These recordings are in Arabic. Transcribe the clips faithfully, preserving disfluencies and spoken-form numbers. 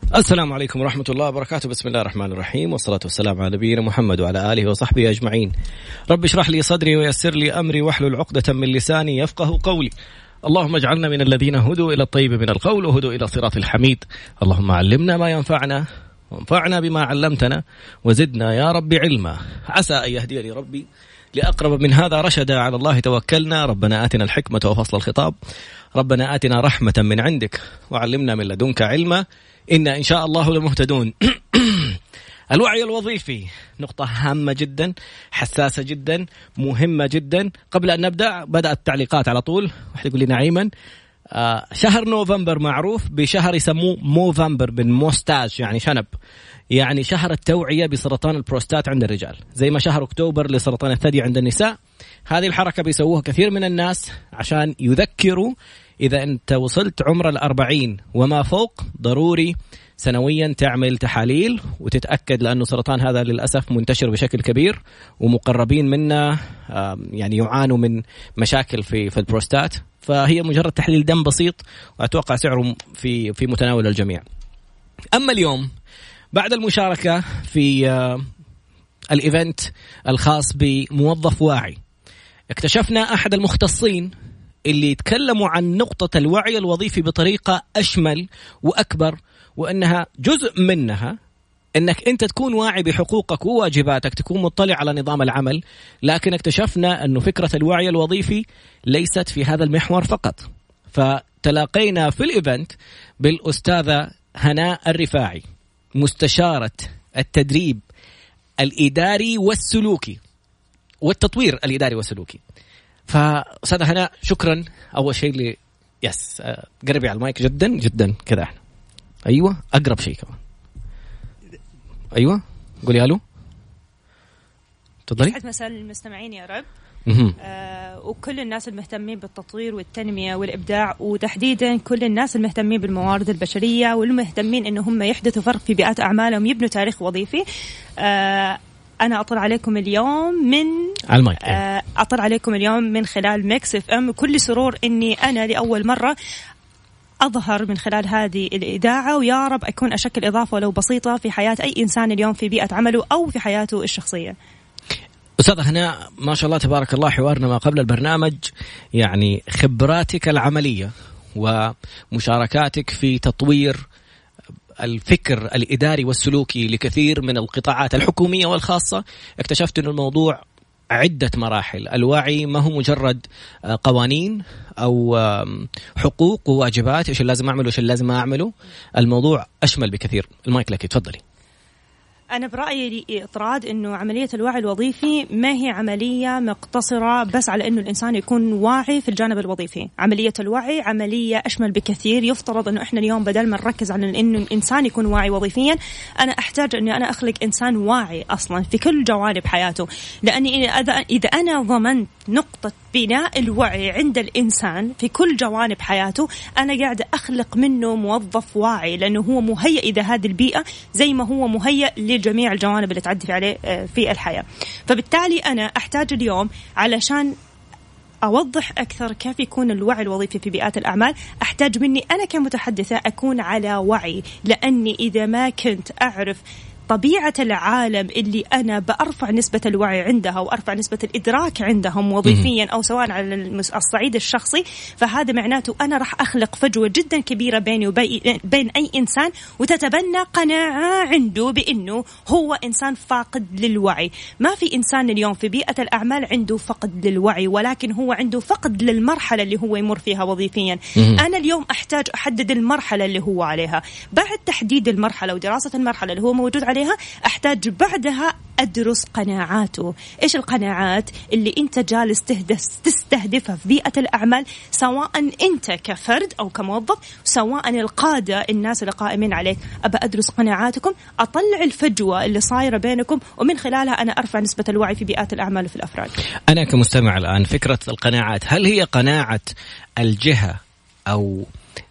السلام عليكم ورحمة الله وبركاته. بسم الله الرحمن الرحيم، والصلاة والسلام على نبينا محمد وعلى آله وصحبه أجمعين. رب اشرح لي صدري ويسر لي أمري واحلل عقدة من لساني يفقه قولي. اللهم اجعلنا من الذين هدوا إلى الطيب من القول وهدوا إلى صراط الحميد. اللهم علمنا ما ينفعنا وانفعنا بما علمتنا وزدنا يا رب علما. عسى أن يهديني ربي لأقرب من هذا رشدا. على الله توكلنا. ربنا آتنا الحكمة وفصل الخطاب. ربنا آتنا رحمة من عندك وعلمنا من لدنك علما إنا إن شاء الله لمهتدون. الوعي الوظيفي نقطة هامة جدا، حساسة جدا، مهمة جدا. قبل أن نبدأ بدأت التعليقات على طول. واحد يقول لي نعيما آه شهر نوفمبر معروف بشهر يسموه موفمبر بن موستاج، يعني شنب، يعني شهر التوعية بسرطان البروستات عند الرجال، زي ما شهر أكتوبر لسرطان الثدي عند النساء. هذه الحركة بيسووها كثير من الناس عشان يذكروا إذا أنت وصلت عمر الأربعين وما فوق ضروري سنويا تعمل تحاليل وتتأكد، لأنه سرطان هذا للأسف منتشر بشكل كبير، ومقربين منا يعني يعانوا من مشاكل في في البروستات. فهي مجرد تحليل دم بسيط، وأتوقع سعره في في متناول الجميع. أما اليوم بعد المشاركة في الإيفنت الخاص بموظف واعي، اكتشفنا أحد المختصين اللي يتكلموا عن نقطة الوعي الوظيفي بطريقة أشمل وأكبر، وأنها جزء منها أنك أنت تكون واعي بحقوقك وواجباتك، تكون مطلع على نظام العمل. لكن اكتشفنا أنه فكرة الوعي الوظيفي ليست في هذا المحور فقط. فتلاقينا في الإيفنت بالأستاذة هناء الرفاعي، مستشارة التدريب الإداري والسلوكي والتطوير الإداري والسلوكي. فأستاذة هناء شكرا أول شيء لي يس قربي على المايك جدا جدا كذا. احنا أيوة أقرب شيء كمان. أيوة قولي ألو. تفضلي. يسعد مساء المستمعين يا رب. آه وكل الناس المهتمين بالتطوير والتنمية والإبداع، وتحديدا كل الناس المهتمين بالموارد البشرية والمهتمين إنه هم يحدثوا فرق في بيئات أعمالهم، يبنوا تاريخ وظيفي. آه أنا أطلع عليكم اليوم من آه أطلع عليكم اليوم من خلال ميكس اف ام. كل سرور إني أنا لأول مرة أظهر من خلال هذه الإذاعة، ويا رب أكون أشكل إضافة ولو بسيطة في حياة أي إنسان اليوم في بيئة عمله أو في حياته الشخصية. أستاذة هناء ما شاء الله تبارك الله، حوارنا ما قبل البرنامج يعني خبراتك العملية ومشاركاتك في تطوير الفكر الإداري والسلوكي لكثير من القطاعات الحكومية والخاصة. اكتشفت أن الموضوع عدة مراحل. الوعي ما هو مجرد قوانين أو حقوق وواجبات، إيش لازم أعمله وإيش لازم ما أعمله. الموضوع أشمل بكثير. المايك لك، تفضلي. أنا برأيي إطراد إنه عملية الوعي الوظيفي ما هي عملية مقتصرة بس على إنه الإنسان يكون واعي في الجانب الوظيفي. عملية الوعي عملية أشمل بكثير. يفترض إنه إحنا اليوم بدل ما نركز على إنه الإنسان يكون واعي وظيفيا، أنا أحتاج إني أنا أخلق إنسان واعي أصلا في كل جوانب حياته. لأني إذا أنا ضمنت نقطة بناء الوعي عند الإنسان في كل جوانب حياته، أنا قاعدة أخلق منه موظف واعي، لأنه هو مهيئ إذا هذه البيئة زي ما هو مهيئ لجميع الجوانب اللي تعدي عليه في الحياة. فبالتالي أنا أحتاج اليوم علشان أوضح أكثر كيف يكون الوعي الوظيفي في بيئات الأعمال، أحتاج مني أنا كمتحدثة أكون على وعي. لأني إذا ما كنت أعرف طبيعة العالم اللي أنا بأرفع نسبة الوعي عندها وأرفع نسبة الإدراك عندهم وظيفيا أو سواء على الصعيد الشخصي، فهذا معناته أنا راح أخلق فجوة جدا كبيرة بيني وبين أي إنسان، وتتبنى قناعة عنده بأنه هو إنسان فاقد للوعي. ما في إنسان اليوم في بيئة الأعمال عنده فقد للوعي، ولكن هو عنده فقد للمرحلة اللي هو يمر فيها وظيفيا. أنا اليوم أحتاج أحدد المرحلة اللي هو عليها. بعد تحديد المرحلة ودراسة المرحلة اللي هو موجود عليها، أحتاج بعدها أدرس قناعاته. إيش القناعات اللي أنت جالس تستهدفها في بيئة الأعمال، سواء أنت كفرد أو كموظف، سواء القادة الناس اللي قائمين عليك. أبى أدرس قناعاتكم، أطلع الفجوة اللي صايرة بينكم، ومن خلالها أنا أرفع نسبة الوعي في بيئات الأعمال وفي الأفراد. أنا كمستمع الآن، فكرة القناعات هل هي قناعة الجهة أو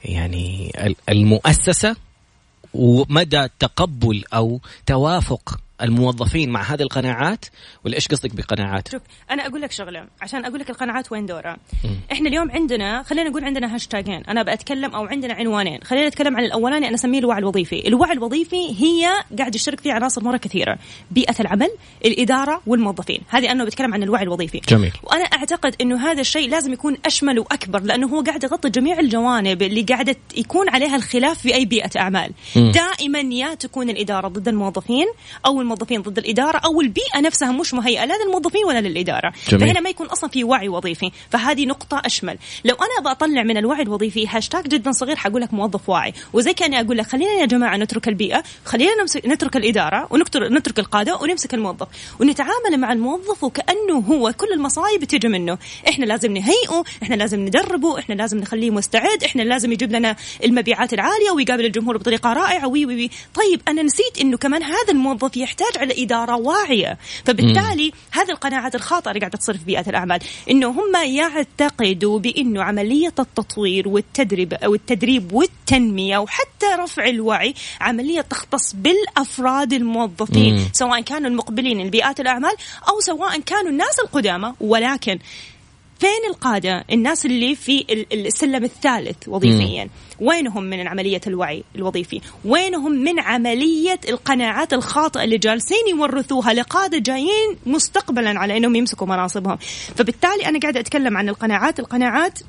يعني المؤسسة ومدى تقبل أو توافق الموظفين مع هذه القناعات، ولا إيش قصدك بقناعات؟ شوف أنا أقول لك شغلة عشان أقول لك القناعات وين دورها. إحنا اليوم عندنا خلينا نقول عندنا هاشتاجين أنا بأتكلم، أو عندنا عنوانين. خلينا نتكلم عن الأولاني أنا أسميه الوعي الوظيفي. الوعي الوظيفي هي قاعد يشترك فيه عناصر مرة كثيرة: بيئة العمل، الإدارة، والموظفين. هذه أنه بتكلم عن الوعي الوظيفي. جميل. وأنا أعتقد إنه هذا الشيء لازم يكون أشمل وأكبر، لأنه هو قاعد يغطي جميع الجوانب اللي قاعدة يكون عليها الخلاف في أي بيئة أعمال. م. دائما يا تكون الإدارة ضد الموظفين، أو الموظفين ضد الإدارة، أو البيئة نفسها مش مهيئة لا للموظفين ولا للإدارة. جميل. فهنا ما يكون أصلا في وعي وظيفي، فهذه نقطة أشمل. لو أنا بطلع من الوعي الوظيفي هاشتاج جدا صغير حقول لك موظف واعي، وزي كأني أقول لك خلينا يا جماعة نترك البيئة، خلينا نترك الإدارة ونترك القادة ونمسك الموظف ونتعامل مع الموظف وكأنه هو كل المصايب تيجي منه. إحنا لازم نهيئه، إحنا لازم ندربه، إحنا لازم نخليه مستعد، إحنا لازم يجيب لنا المبيعات العالية ويقابل الجمهور بطريقة رائعة وي وي وي. طيب أنا نسيت إنه كمان هذا الموظف يحتاج على إدارة واعية. فبالتالي هذه القناعات الخاطئة اللي قاعدة تصير في بيئة الأعمال، إنه هم يعتقدوا بإنه عملية التطوير والتدريب أو التدريب والتنمية وحتى رفع الوعي عملية تختص بالأفراد الموظفين، مم. سواء كانوا المقبلين البيئات الأعمال أو سواء كانوا الناس القدامى. ولكن فين القادة، الناس اللي في السلم الثالث وظيفيا؟ مم. وينهم من عملية الوعي الوظيفي؟ وينهم من عملية القناعات الخاطئة اللي جالسين يورثوها لقادة جايين مستقبلا على أنهم يمسكوا مناصبهم؟ فبالتالي أنا قاعدة أتكلم عن القناعات. القناعات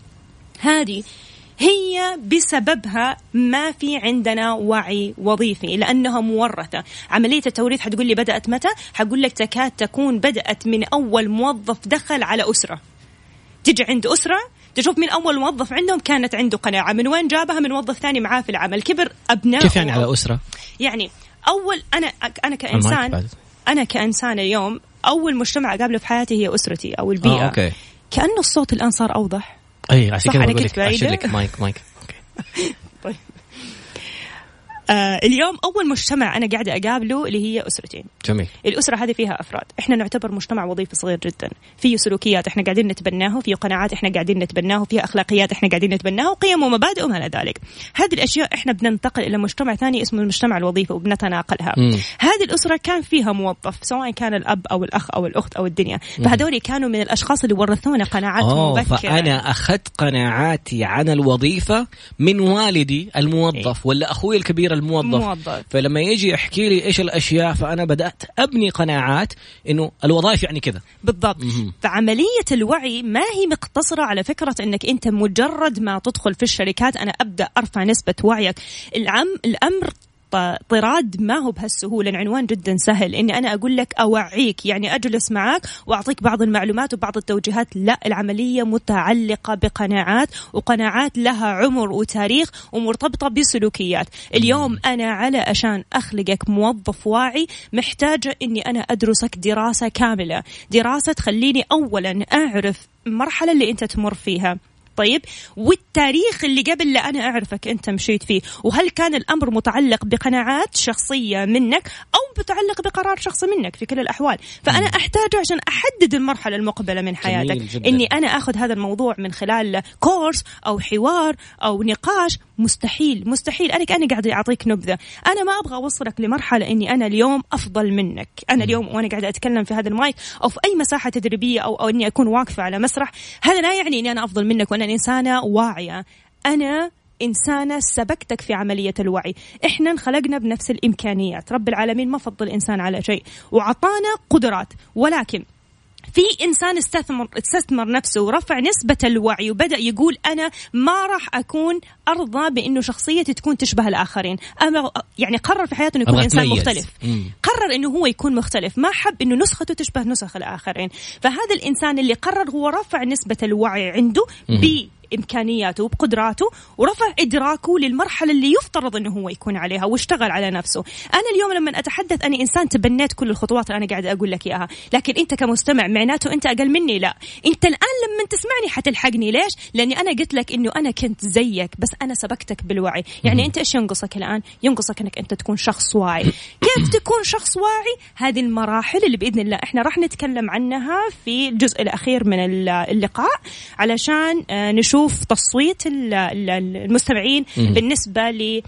هذه هي بسببها ما في عندنا وعي وظيفي، لأنها مورثة. عملية التوريث حتقول لي بدأت متى؟ حقول لك تكاد تكون بدأت من أول موظف دخل على أسرة. تجي عند أسرة تشوف من أول موظف عندهم كانت عنده قناعة، من وين جابها؟ من موظف ثاني معاه في العمل، كبر أبناء. كيف يعني على أسرة؟ يعني أول أنا أنا كإنسان أنا كإنسان اليوم أول مجتمع أقابله في حياتي هي أسرتي أو البيئة. آه، أوكي. كأنه الصوت الآن صار أوضح. أي عشان كده بقول لك أشيل لك مايك مايك. أوكي. طيب. آه اليوم أول مجتمع أنا قاعدة أقابله اللي هي أسرتين. جميل. الأسرة هذه فيها أفراد، إحنا نعتبر مجتمع وظيفي صغير جدا، فيه سلوكيات إحنا قاعدين نتبناها، فيه قناعات إحنا قاعدين نتبناها، فيه أخلاقيات إحنا قاعدين نتبناها، وقيم ومبادئ وما إلى ذلك. هذه الأشياء إحنا بننتقل إلى مجتمع ثاني اسمه المجتمع الوظيفي وبنتناقلها. م. هذه الأسرة كان فيها موظف، سواء كان الأب أو الأخ أو الأخت أو الدنيا، فهذول كانوا من الأشخاص اللي ورثونا قناعات مبكرة. فأنا أخذت قناعاتي عن الوظيفة من والدي الموظف، إيه؟ ولا أخوي الكبير الموظف. موظف. فلما يجي يحكي لي إيش الأشياء فأنا بدأت أبني قناعات إنه الوظائف يعني كذا بالضبط. م- فعملية الوعي ما هي مقتصرة على فكرة إنك أنت مجرد ما تدخل في الشركات أنا أبدأ أرفع نسبة وعيك. العم الأمر طراد ما هو بهالسهولة. العنوان جدا سهل، إني أنا أقول لك أوعيك يعني أجلس معك وأعطيك بعض المعلومات وبعض التوجيهات. لا، العملية متعلقة بقناعات، وقناعات لها عمر وتاريخ ومرتبطة بسلوكيات. اليوم أنا على عشان أخلقك موظف واعي محتاجة إني أنا أدرسك دراسة كاملة، دراسة تخليني أولا أعرف المرحلة اللي أنت تمر فيها، طيب، والتاريخ اللي قبل لا أنا أعرفك أنت مشيت فيه، وهل كان الأمر متعلق بقناعات شخصية منك أو متعلق بقرار شخصي منك. في كل الأحوال فأنا أحتاج عشان أحدد المرحلة المقبلة من حياتك إني أنا أخذ هذا الموضوع من خلال كورس أو حوار أو نقاش. مستحيل مستحيل أنا كأني قاعدة أعطيك نبذة. أنا ما أبغى أوصلك لمرحلة إني أنا اليوم أفضل منك. أنا اليوم وأنا قاعدة أتكلم في هذا المايك أو في أي مساحة تدريبية أو, أو إني أكون واقفة على مسرح، هذا لا يعني إني أنا أفضل منك وأنا إنسانة واعية. أنا إنسانة سبقتك في عملية الوعي. إحنا انخلقنا بنفس الإمكانيات، رب العالمين ما فضل الإنسان على شيء وعطانا قدرات، ولكن في إنسان استثمر, استثمر نفسه ورفع نسبة الوعي وبدأ يقول أنا ما راح أكون أرضى بأنه شخصيتي تكون تشبه الآخرين. أنا يعني قرر في حياته أنه يكون إنسان ميز. مختلف. مم. قرر أنه هو يكون مختلف، ما حب أنه نسخته تشبه نسخ الآخرين. فهذا الإنسان اللي قرر هو رفع نسبة الوعي عنده ب إمكانياته وبقدراته ورفع إدراكه للمرحلة اللي يفترض أنه هو يكون عليها واشتغل على نفسه. أنا اليوم لما أتحدث أنا إنسان تبنيت كل الخطوات اللي أنا قاعدة أقول لك إياها، لكن أنت كمستمع معناته أنت أقل مني؟ لا، أنت الآن لما تسمعني حتلحقني. ليش؟ لأني أنا قلت لك أنه أنا كنت زيك بس أنا سبقتك بالوعي. يعني أنت إيش ينقصك الآن؟ ينقصك أنك أنت تكون شخص واعي. كيف تكون شخص واعي؟ هذه المراحل اللي بإذن الله إحنا راح نتكلم عنها في الجزء الأخير من اللقاء علشان نشوف يشوف تصويت المستمعين بالنسبة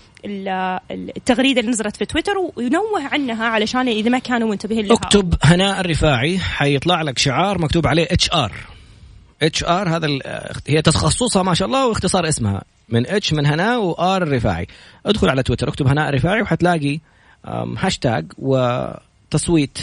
للتغريدة اللي نزلت في تويتر وينوه عنها علشان إذا ما كانوا منتبهين لها. اكتب هناء الرفاعي حيطلع لك شعار مكتوب عليه اتش ار. اتش ار هذا هي تخصصها ما شاء الله واختصار اسمها من اتش من هناء وار الرفاعي. ادخل على تويتر اكتب هناء الرفاعي وحتلاقي هاشتاج وتصويت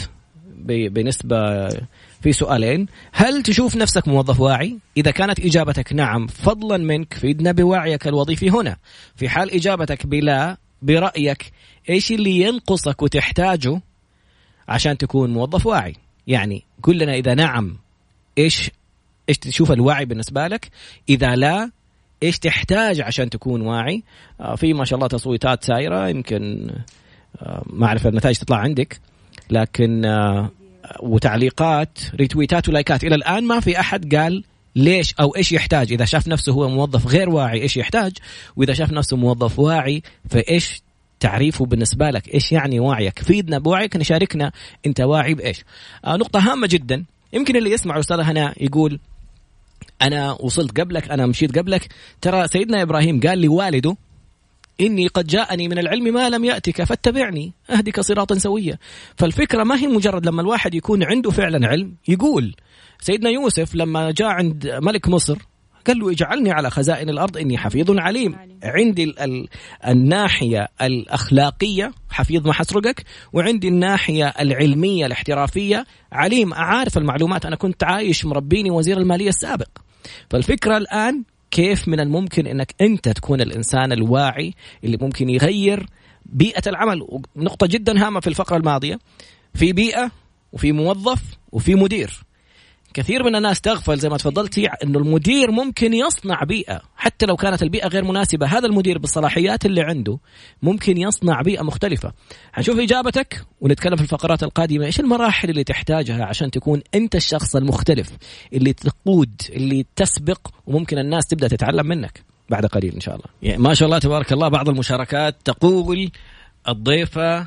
بنسبة في سؤالين. هل تشوف نفسك موظف واعي؟ إذا كانت إجابتك نعم فضلا منك فيدنا بوعيك الوظيفي هنا. في حال إجابتك بلا برأيك إيش اللي ينقصك وتحتاجه عشان تكون موظف واعي؟ يعني قل لنا إذا نعم إيش إيش تشوف الوعي بالنسبة لك، إذا لا إيش تحتاج عشان تكون واعي. آه في ما شاء الله تصويتات سائرة، يمكن آه ما أعرف النتائج تطلع عندك، لكن آه وتعليقات ريتويتات ولايكات. إلى الآن ما في أحد قال ليش أو إيش يحتاج. إذا شاف نفسه هو موظف غير واعي إيش يحتاج، وإذا شاف نفسه موظف واعي فإيش تعريفه بالنسبة لك، إيش يعني وعيك. فيدنا بوعيك، نشاركنا أنت واعي بإيش. آه نقطة هامة جدا. يمكن اللي يسمع أستاذ هناء يقول أنا وصلت قبلك، أنا مشيت قبلك. ترى سيدنا إبراهيم قال لوالده إني قد جاءني من العلم ما لم يأتك فاتبعني أهدك صراطا سويا. فالفكرة ما هي مجرد لما الواحد يكون عنده فعلا علم يقول. سيدنا يوسف لما جاء عند ملك مصر قال له اجعلني على خزائن الأرض إني حفيظ عليم. عندي ال ال الناحية الأخلاقية حفيظ ما حسرقك، وعندي الناحية العلمية الاحترافية عليم أعرف المعلومات. أنا كنت عايش مربيني وزير المالية السابق. فالفكرة الآن كيف من الممكن أنك أنت تكون الإنسان الواعي اللي ممكن يغير بيئة العمل. نقطة جدا هامة في الفقرة الماضية، في بيئة وفي موظف وفي مدير. كثير من الناس تغفل زي ما تفضلتي أنه المدير ممكن يصنع بيئة حتى لو كانت البيئة غير مناسبة. هذا المدير بالصلاحيات اللي عنده ممكن يصنع بيئة مختلفة. هنشوف إجابتك ونتكلم في الفقرات القادمة إيش المراحل اللي تحتاجها عشان تكون أنت الشخص المختلف اللي تقود اللي تسبق وممكن الناس تبدأ تتعلم منك بعد قليل إن شاء الله. يعني ما شاء الله تبارك الله. بعض المشاركات تقول الضيفة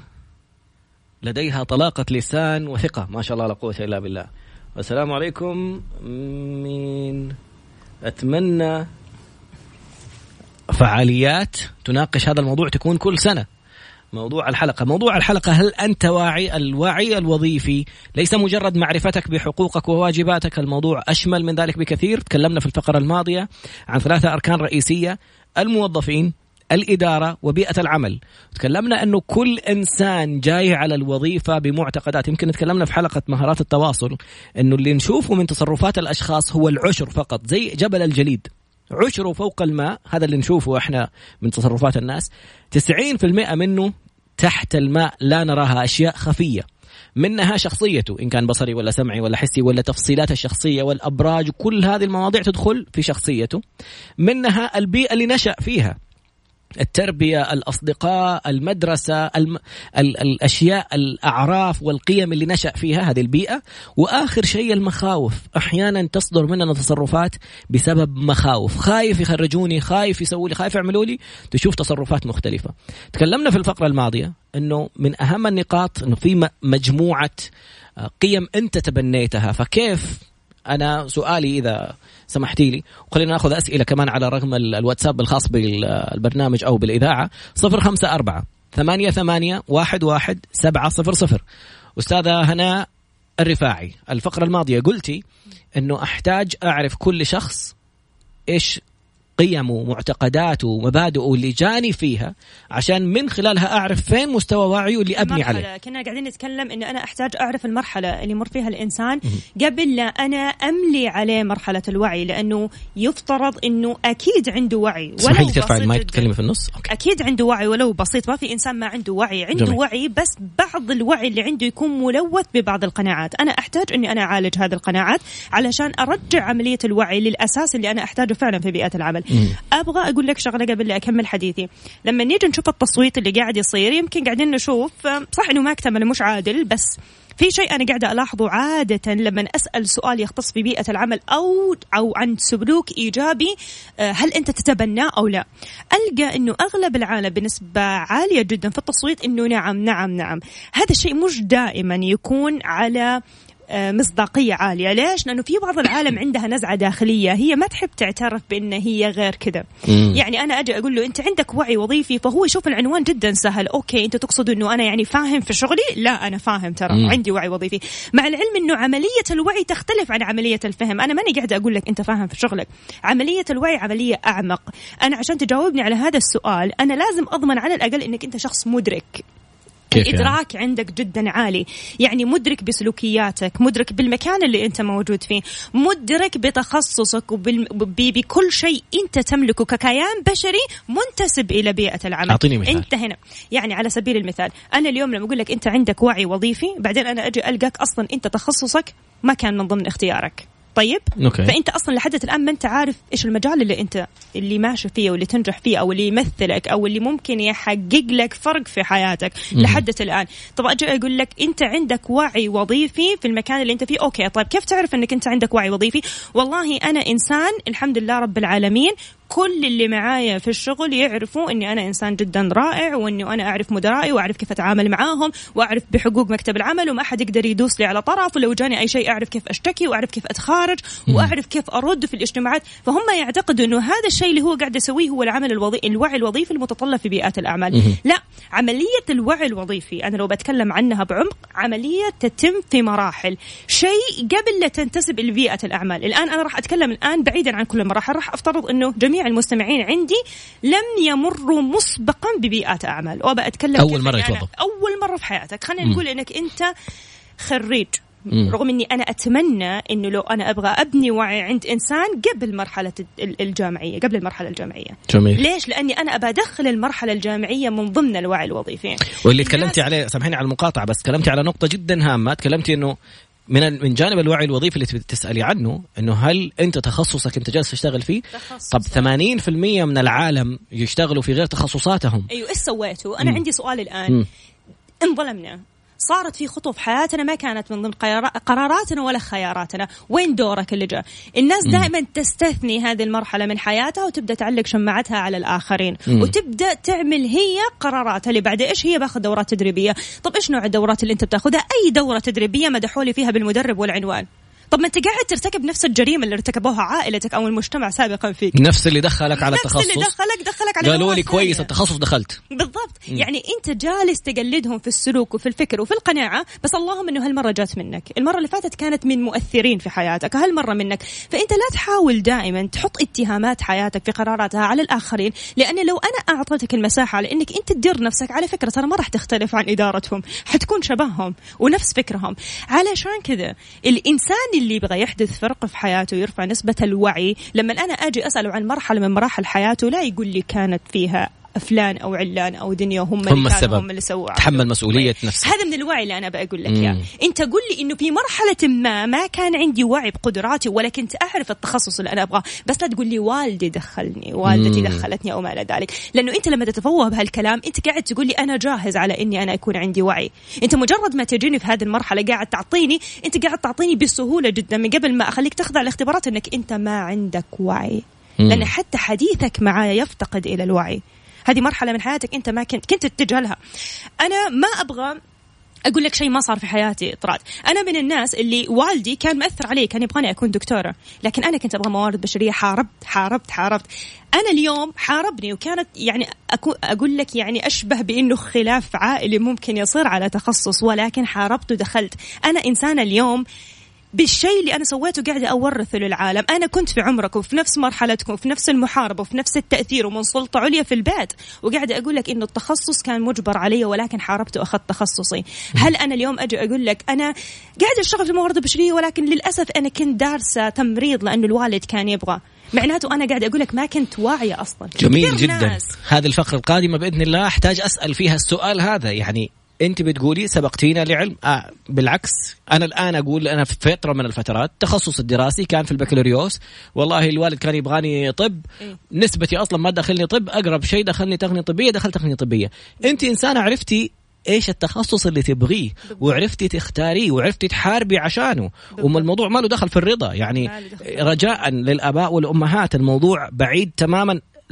لديها طلاقة لسان وثقة. ما شاء الله لا قوة إلا بالله. والسلام عليكم. مين أتمنى فعاليات تناقش هذا الموضوع تكون كل سنة. موضوع الحلقة موضوع الحلقة هل أنت واعي؟ الوعي الوظيفي ليس مجرد معرفتك بحقوقك وواجباتك، الموضوع أشمل من ذلك بكثير. تكلمنا في الفقرة الماضية عن ثلاثة أركان رئيسية: الموظفين، الإدارة، وبيئة العمل. تكلمنا أنه كل إنسان جاي على الوظيفة بمعتقدات. يمكن تكلمنا في حلقة مهارات التواصل أنه اللي نشوفه من تصرفات الأشخاص هو العشر فقط، زي جبل الجليد عشره فوق الماء. هذا اللي نشوفه إحنا من تصرفات الناس. تسعين في المئة منه تحت الماء لا نراها، أشياء خفية، منها شخصيته إن كان بصري ولا سمعي ولا حسي ولا تفصيلات الشخصية والأبراج، كل هذه المواضيع تدخل في شخصيته. منها البيئة اللي نشأ فيها، التربية، الأصدقاء، المدرسة، الم... ال... الأشياء، الأعراف والقيم اللي نشأ فيها، هذه البيئة. وآخر شيء المخاوف. أحيانا تصدر مننا تصرفات بسبب مخاوف، خايف يخرجوني، خايف يسوي لي، خايف يعملوا لي، تشوف تصرفات مختلفة. تكلمنا في الفقرة الماضية أنه من أهم النقاط أنه في مجموعة قيم أنت تبنيتها. فكيف أنا سؤالي إذا سمحتي لي، وخلينا نأخذ أسئلة كمان على رقم الواتساب الخاص بالبرنامج أو بالإذاعة صفر خمسة أربعة ثمانية ثمانية واحد واحد سبعة صفر صفر. أستاذة هناء الرفاعي، الفقرة الماضية قلتي أنه أحتاج أعرف كل شخص إيش قيمه ومعتقداته ومبادئه اللي جاني فيها عشان من خلالها أعرف فين مستوى وعيه اللي أبني عليه. كنا قاعدين نتكلم إنه أنا أحتاج أعرف المرحلة اللي مر فيها الإنسان قبل لا أنا أملي عليه مرحلة الوعي، لأنه يفترض إنه أكيد عنده وعي ولو ترفع المايك تتكلمي في النص. أوكي. أكيد عنده وعي ولو بسيط، ما في إنسان ما عنده وعي، عنده جميل. وعي بس بعض الوعي اللي عنده يكون ملوث ببعض القناعات. أنا أحتاج إني أنا أعالج هذه القناعات علشان أرجع عملية الوعي للأساس اللي أنا أحتاجه فعلا في بيئة العمل. مم. أبغى أقول لك شغلة قبل لا أكمل حديثي. لما نيجي نشوف التصويت اللي قاعد يصير، يمكن قاعدين نشوف صح إنه ما اكتمل مش عادل، بس في شيء أنا قاعدة ألاحظه عادة لما أسأل سؤال يختص في بيئة العمل أو أو عن سلوك إيجابي، هل أنت تتبناه أو لا، ألقى إنه أغلب العالم بنسبة عالية جدا في التصويت إنه نعم نعم نعم. هذا الشيء مش دائما يكون على مصداقية عالية. ليش؟ لأنه في بعض العالم عندها نزعة داخلية، هي ما تحب تعترف بأن هي غير كذا. يعني أنا أجي أقول له أنت عندك وعي وظيفي، فهو يشوف العنوان جدا سهل. أوكي أنت تقصد أنه أنا يعني فاهم في شغلي؟ لا أنا فاهم ترى، مم. عندي وعي وظيفي، مع العلم أنه عملية الوعي تختلف عن عملية الفهم. أنا ماني قاعدة أقول لك أنت فاهم في شغلك، عملية الوعي عملية أعمق. أنا عشان تجاوبني على هذا السؤال أنا لازم أضمن على الأقل أنك أنت شخص مدرك، الإدراك يعني؟ عندك جدا عالي، يعني مدرك بسلوكياتك، مدرك بالمكان اللي أنت موجود فيه، مدرك بتخصصك وبكل شيء أنت تملكه ككيان بشري منتسب إلى بيئة العمل. أعطيني مثال. أنت هنا يعني على سبيل المثال أنا اليوم لما أقول لك أنت عندك وعي وظيفي، بعدين أنا أجي ألقاك أصلا أنت تخصصك ما كان من ضمن اختيارك. طيب أوكي. فأنت أصلا لحد الآن ما أنت عارف إيش المجال اللي أنت اللي ماشي فيه واللي تنجح فيه أو اللي يمثلك أو اللي ممكن يحقق لك فرق في حياتك لحد الآن. طب أجي أقول لك أنت عندك وعي وظيفي في المكان اللي أنت فيه. أوكي طيب كيف تعرف أنك أنت عندك وعي وظيفي؟ والله أنا إنسان الحمد لله رب العالمين كل اللي معايا في الشغل يعرفوا أني أنا إنسان جدا رائع، وأني أنا أعرف مدرائي وأعرف كيف أتعامل معاهم وأعرف بحقوق مكتب العمل وما أحد يقدر يدوس لي على طرف، ولو جاني أي شيء أعرف كيف أشتكي وأعرف كيف أتخارج وأعرف كيف أرد في الاجتماعات. فهم يعتقدوا أنه هذا الشيء اللي هو قاعد يسويه هو العمل الوظيفي، الوعي الوظيفي المتطلب في بيئات الأعمال. لا، عملية الوعي الوظيفي أنا لو بتكلم عنها بعمق عملية تتم في مراحل، شيء قبل لا تنتسب إلى بيئة الأعمال. الآن أنا راح أتكلم الآن بعيدا عن كل المراحل، راح أفترض أنه جميع المستمعين عندي لم يمروا مسبقا ببيئات أعمال، وبأتكلم أول مرة يتوظف أول مرة في حياتك. خلينا نقول إنك أنت خريج، رغم أني أنا أتمنى أنه لو أنا أبغى أبني وعي عند إنسان قبل مرحلة الجامعية، قبل المرحلة الجامعية. جميل. ليش؟ لأني أنا أبى أدخل المرحلة الجامعية من ضمن الوعي الوظيفي. واللي تكلمتي عليه، سامحيني على المقاطعة بس تكلمتي على نقطة جدا هامة، تكلمتي أنه من من جانب الوعي الوظيفي اللي تسألي عنه إنه هل أنت تخصصك أنت جالس تشتغل فيه؟ تخصص. طب ثمانين في المية من العالم يشتغلوا في غير تخصصاتهم. أيوة إيش سويتوا؟ أنا م. عندي سؤال الآن. م. انظلمنا، صارت في خطوة في حياتنا ما كانت من ضمن قراراتنا ولا خياراتنا. وين دورك اللي جاء؟ الناس دائما تستثني هذه المرحلة من حياتها وتبدأ تعلق شماعتها على الآخرين، م. وتبدأ تعمل هي قراراتها اللي بعد إيش هي باخذ دورات تدريبية. طب إيش نوع الدورات اللي أنت بتاخذها؟ أي دورة تدريبية مدحولي فيها بالمدرب والعنوان. طب ما انت قاعد ترتكب نفس الجريمه اللي ارتكبوها عائلتك او المجتمع سابقا فيك، نفس اللي دخلك على التخصص، نفس اللي دخلك دخلك على قالوا لي كويس التخصص دخلت بالضبط. م. يعني انت جالس تقلدهم في السلوك وفي الفكر وفي القناعه، بس اللهم انه هالمره جات منك، المره اللي فاتت كانت من مؤثرين في حياتك، هالمره منك. فانت لا تحاول دائما تحط اتهامات حياتك في قراراتها على الاخرين، لان لو انا اعطيتك المساحه على انك انت تدير نفسك، على فكره ترى ما راح تختلف عن ادارتهم، حتكون شبههم ونفس فكرهم. علشان كذا الانسان اللي يبغى يحدث فرق في حياته يرفع نسبة الوعي، لما أنا أجي أسأله عن مرحلة من مراحل حياته لا يقول لي كانت فيها فلان أو علان أو دنيا هم, هم اللي كانوا هم اللي سووا، تحمل مسؤولية نفسه. هذا من الوعي اللي أنا بقول لك إياه. أنت قل لي إنه في مرحلة ما ما كان عندي وعي بقدراتي ولا كنت أعرف التخصص اللي أنا أبغاه، بس لا تقول لي والدي دخلني، والدتي مم. دخلتني أو ما إلى ذلك، لأنه أنت لما تتفوه بهالكلام أنت قاعد تقول لي أنا جاهز على إني أنا أكون عندي وعي. أنت مجرد ما تجيني في هذه المرحلة قاعد تعطيني، أنت قاعد تعطيني بسهولة جدا من قبل ما أخليك تخضع الاختبارات إنك أنت ما عندك وعي، مم. لأن حتى حديثك معايا يفتقد إلى الوعي. هذه مرحلة من حياتك أنت ما كنت كنت تتجاهلها. أنا ما أبغى أقول لك شيء ما صار في حياتي طراد. أنا من الناس اللي والدي كان مؤثر علي، كان يبغاني أكون دكتورة، لكن أنا كنت أبغى موارد بشرية. حاربت حاربت حاربت أنا اليوم حاربني، وكانت يعني أقول لك يعني أشبه بأنه خلاف عائلي ممكن يصير على تخصص، ولكن حاربت ودخلت. أنا إنسانة اليوم بالشيء اللي أنا سويته قاعدة أورثه للعالم. أنا كنت في عمرك وفي نفس مرحلتكم وفي نفس المحاربة وفي نفس التأثير ومن سلطة عليا في البيت، وقاعدة أقول لك إنه التخصص كان مجبر علي، ولكن حاربت وأخذت تخصصي. هل أنا اليوم أجي أقول لك أنا قاعدة أشتغل في الموارد البشرية ولكن للأسف أنا كنت دارسة تمريض لأنه الوالد كان يبغى، معناته أنا قاعدة أقول لك ما كنت واعية أصلا. جميل جدا ناس. هذه الفقرة القادمة بإذن الله أحتاج أسأل فيها السؤال هذا. يعني أنت بتقولي سبقتينا لعلم، آه بالعكس أنا الآن أقول أنا في فترة من الفترات تخصص الدراسي كان في البكالوريوس، والله الوالد كان يبغاني طب، نسبتي أصلا ما دخلني طب، أقرب شيء دخلني تقنية طبية، دخلت تقنية طبية. أنت إنسانة عرفتي إيش التخصص اللي تبغيه وعرفتي تختاريه وعرفتي تحاربي عشانه، وما الموضوع ما له دخل في الرضا. يعني رجاء للآباء والأمهات، الموضوع بعيد تماما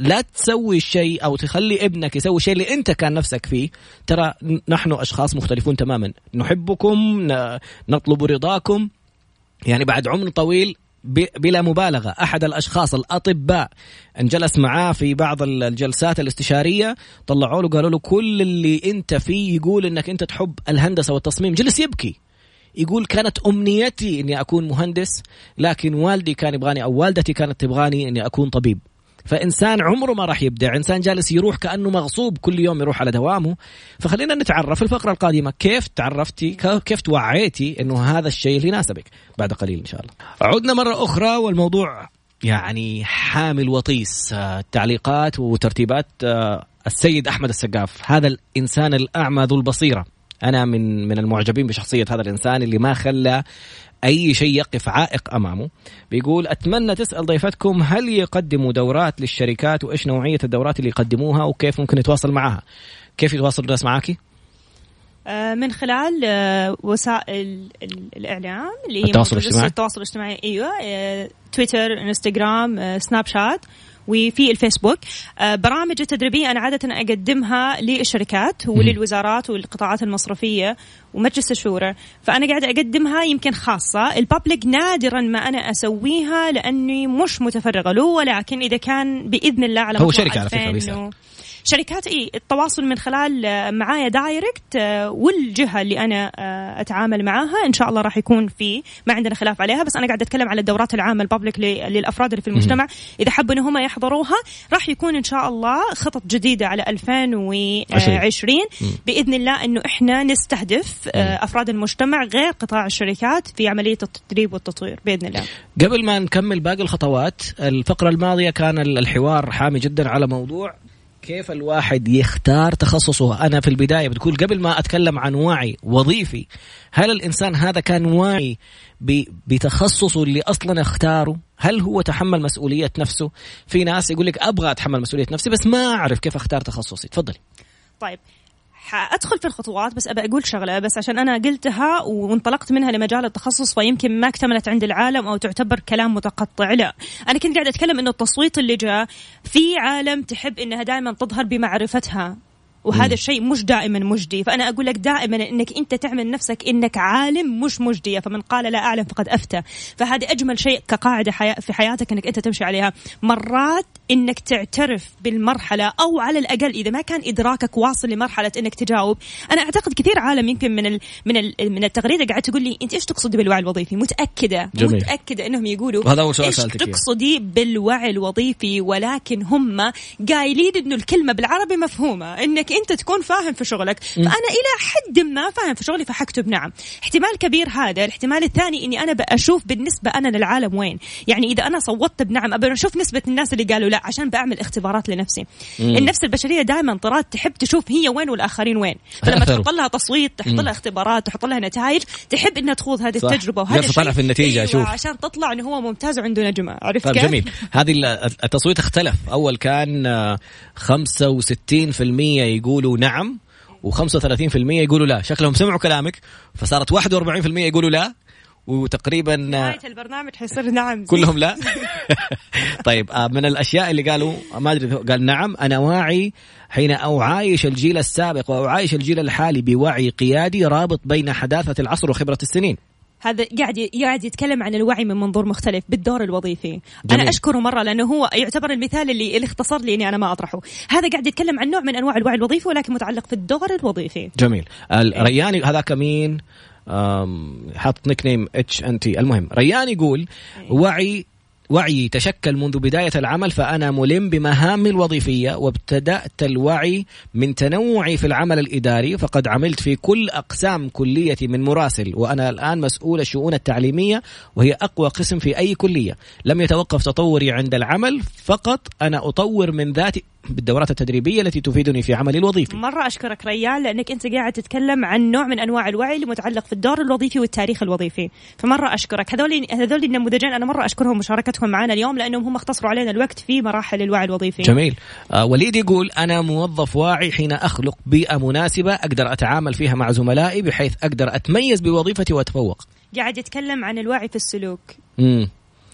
لا تسوي الشيء أو تخلي ابنك يسوي الشيء اللي أنت كان نفسك فيه. ترى نحن أشخاص مختلفون تماما، نحبكم، نطلب رضاكم. يعني بعد عمر طويل بلا مبالغة أحد الأشخاص الأطباء أن جلس معاه في بعض الجلسات الاستشارية، طلعوا له قالوا له كل اللي أنت فيه يقول أنك أنت تحب الهندسة والتصميم. جلس يبكي يقول كانت أمنيتي أني أكون مهندس، لكن والدي كان يبغاني أو والدتي كانت تبغاني أني أكون طبيب. فإنسان عمره ما راح يبدع، إنسان جالس يروح كأنه مغصوب كل يوم يروح على دوامه. فخلينا نتعرف في الفقرة القادمة كيف تعرفتي كيف توعيتي إنه هذا الشيء اللي يناسبك. بعد قليل إن شاء الله. عدنا مرة أخرى والموضوع يعني حامل وطيس. تعليقات وترتيبات السيد أحمد السقاف، هذا الإنسان الأعمى ذو البصيرة. أنا من من المعجبين بشخصية هذا الإنسان اللي ما خلى أي شيء يقف عائق أمامه. بيقول أتمنى تسأل ضيفتكم هل يقدموا دورات للشركات وإيش نوعية الدورات اللي يقدموها وكيف ممكن يتواصل معها. كيف يتواصل الناس معاكي؟ من خلال وسائل الإعلام اللي التواصل الاجتماعي. التواصل الاجتماعي أيوة، تويتر، انستغرام، سناب شات، وفي الفيسبوك. برامج التدريبية أنا عادة أقدمها للشركات وللوزارات والقطاعات المصرفية ومجلس الشورى، فأنا قاعدة أقدمها يمكن خاصة. البابليك نادرا ما أنا أسويها لأني مش متفرغة له، ولكن إذا كان بإذن الله على هو شركة على فكرة شركات إيه التواصل من خلال معايا دايركت، والجهة اللي أنا أتعامل معاها إن شاء الله راح يكون في ما عندنا خلاف عليها. بس أنا قاعدة أتكلم على الدورات العامة البابليك للأفراد اللي في المجتمع، إذا حبوا إنهم يحضروها راح يكون إن شاء الله خطط جديدة على ألفين وعشرين بإذن الله إنه إحنا نستهدف أفراد المجتمع غير قطاع الشركات في عملية التدريب والتطوير بإذن الله. قبل ما نكمل باقي الخطوات، الفقرة الماضية كان الحوار حامي جدا على موضوع كيف الواحد يختار تخصصه. أنا في البداية بتقول قبل ما أتكلم عن وعي وظيفي، هل الإنسان هذا كان واعي بتخصصه اللي أصلا اختاره؟ هل هو تحمل مسؤولية نفسه؟ في ناس يقول لك أبغى أتحمل مسؤولية نفسي بس ما أعرف كيف أختار تخصصي. تفضلي. طيب أدخل في الخطوات، بس أبى أقول شغلة بس عشان أنا قلتها وانطلقت منها لمجال التخصص فيمكن ما اكتملت عند العالم أو تعتبر كلام متقطع. لا، أنا كنت قاعدة أتكلم إنه التصويت اللي جاء في عالم تحب إنها دائما تظهر بمعرفتها، وهذا الشيء مش دائما مجدي. فأنا أقول لك دائما إنك أنت تعمل نفسك إنك عالم مش مجدي، فمن قال لا أعلم فقد أفتى. فهذه أجمل شيء كقاعدة حياة في حياتك إنك أنت تمشي عليها. مرات إنك تعترف بالمرحلة، أو على الأقل إذا ما كان إدراكك واصل لمرحلة إنك تجاوب. أنا أعتقد كثير عالم يمكن من ال من ال من التغريدة قاعد تقول لي أنت إيش تقصدي بالوعي الوظيفي؟ متأكدة جميل. متأكدة إنهم يقولوا هذا هو سؤال إيش سألتك تقصدي بالوعي الوظيفي، ولكن هم قايلين إنه الكلمة بالعربي مفهومة، إنك أنت تكون فاهم في شغلك. فأنا إلى حد ما فاهم في شغلي فحكتب نعم. احتمال كبير هذا. الاحتمال الثاني إني أنا بأشوف بالنسبة أنا للعالم وين. يعني إذا أنا صوتت بنعم أبى أشوف نسبة الناس اللي قالوا لا، عشان بعمل اختبارات لنفسي. مم. النفس البشرية دائما طراد تحب تشوف هي وين والآخرين وين. فلما تحط لها تصويت، تحط لها اختبارات، تحط لها نتائج، تحب إنها تخوض هذه صح. التجربة، وهذا الشيء في النتيجة أشوف عشان تطلع إنه هو ممتاز وعنده نجمة. عرفت طيب كيف؟ جميل. هذه التصويت اختلف. أول كان خمسة وستين بالمئة يقولوا نعم وخمسة وثلاثين بالمئة يقولوا لا. شكلهم سمعوا كلامك فصارت واحد وأربعين بالمئة يقولوا لا، وتقريبا نهاية البرنامج حيصير نعم كلهم لا. طيب من الأشياء اللي قالوا ما أدري قال نعم أنا واعي حين أعايش الجيل السابق وأعايش الجيل الحالي بوعي قيادي رابط بين حداثة العصر وخبرة السنين. هذا قاعد قاعد يتكلم عن الوعي من منظور مختلف بالدور الوظيفي. جميل. أنا أشكره مرة لأنه هو يعتبر المثال اللي, اللي اختصر لي إني أنا ما أطرحه. هذا قاعد يتكلم عن نوع من أنواع الوعي الوظيفي ولكن متعلق في الدور الوظيفي. جميل. ريان هذا كمين حط نيك نيم اتش ان تي. المهم ريان يقول وعي وعي تشكل منذ بداية العمل، فأنا ملم بمهامي الوظيفية وابتدأت الوعي من تنوعي في العمل الإداري، فقد عملت في كل أقسام كليتي من مراسل، وأنا الآن مسؤول الشؤون التعليمية وهي أقوى قسم في أي كلية. لم يتوقف تطوري عند العمل فقط، أنا أطور من ذاتي بالدورات التدريبية التي تفيدني في عملي الوظيفي. مرة أشكرك ريال لأنك أنت قاعد تتكلم عن نوع من أنواع الوعي اللي متعلق في الدور الوظيفي والتاريخ الوظيفي، فمرة أشكرك. هذول هذول النموذجين أنا مرة أشكرهم مشاركتهم معنا اليوم لأنهم هم اختصروا علينا الوقت في مراحل الوعي الوظيفي. جميل. آه وليد يقول أنا موظف واعي حين أخلق بيئة مناسبة أقدر أتعامل فيها مع زملائي بحيث أقدر أتميز بوظيفتي وأتفوق. قاعد يتكلم عن الوعي في السلوك. امم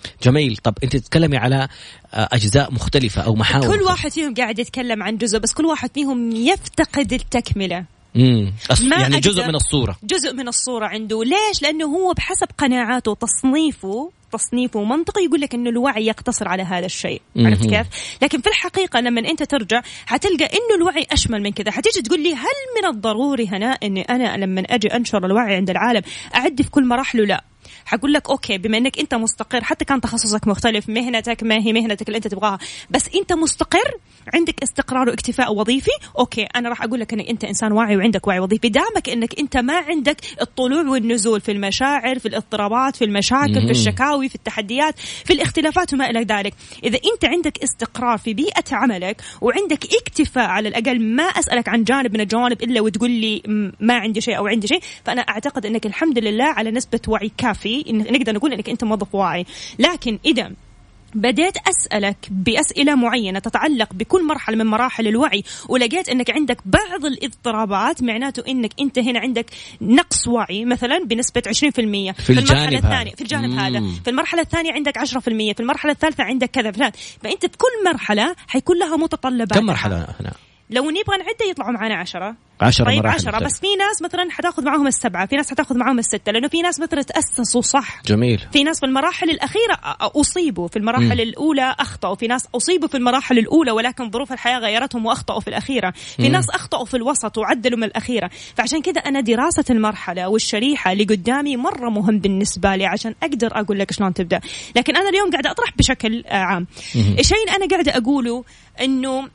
جميل. طب أنت تتكلمي على أجزاء مختلفة أو محاور، كل واحد فيهم قاعد يتكلم عن جزء، بس كل واحد فيهم يفتقد التكملة. امم يعني جزء من الصورة، جزء من الصورة عنده. ليش؟ لأنه هو بحسب قناعاته تصنيفه تصنيفه منطقي يقول لك إنه الوعي يقتصر على هذا الشيء. عرفت كيف؟ لكن في الحقيقة لما أنت ترجع هتلقى إنه الوعي أشمل من كذا. هتيجي تقول لي هل من الضروري هنا إني أنا لما أجي أنشر الوعي عند العالم أعد في كل مراحله؟ لا. حقول لك أوكي، بما أنك أنت مستقر، حتى كان تخصصك مختلف، مهنتك ما هي مهنتك اللي أنت تبغاها، بس أنت مستقر، عندك استقرار واكتفاء وظيفي، أوكي أنا راح أقول لك أنك أنت إنسان واعي وعندك وعي وظيفي. دامك أنك أنت ما عندك الطلوع والنزول في المشاعر، في الاضطرابات، في المشاكل، في الشكاوي، في التحديات، في الاختلافات وما إلى ذلك، إذا أنت عندك استقرار في بيئة عملك وعندك اكتفاء على الأقل، ما أسألك عن جانب من الجوانب إلا وتقول لي ما عندي شيء أو عندي شيء، فأنا أعتقد أنك الحمد لله على نسبة وعي كافي إن نقدر نقول أنك أنت موظف واعي. لكن إذا بديت أسألك بأسئلة معينة تتعلق بكل مرحلة من مراحل الوعي ولقيت أنك عندك بعض الاضطرابات، معناته أنك أنت هنا عندك نقص وعي مثلا بنسبة عشرين بالمئة في, في المرحلة الثانية، في الجانب مم. هذا في المرحلة الثانية عندك عشرة بالمئة، في المرحلة الثالثة عندك كذا فلان. فأنت في كل مرحلة حيكون لها متطلبات. كم مرحلة هنا؟ لو نبغى نعد يطلعوا معنا عشرة عشرة طيب مراحل عشرة، مختلف. بس في ناس مثلا حتاخذ معهم السبعة، في ناس حتاخذ معهم الستة، لأنه في ناس مثلا تأسسوا صح. جميل. في ناس في المراحل الأخيرة أصيبوا، في المراحل م. الأولى أخطأوا، في ناس أصيبوا في المراحل الأولى ولكن ظروف الحياة غيرتهم وأخطأوا في الأخيرة، في م. ناس أخطأوا في الوسط وعدلوا من الأخيرة. فعشان كذا أنا دراسة المرحلة والشريحة اللي قدامي مرة مهم بالنسبة لي عشان أقدر أقول لك شلون تبدأ. لكن أنا اليوم قاعدة أطرح بشكل عام. الشيء اللي أنا قاعدة أقوله إنه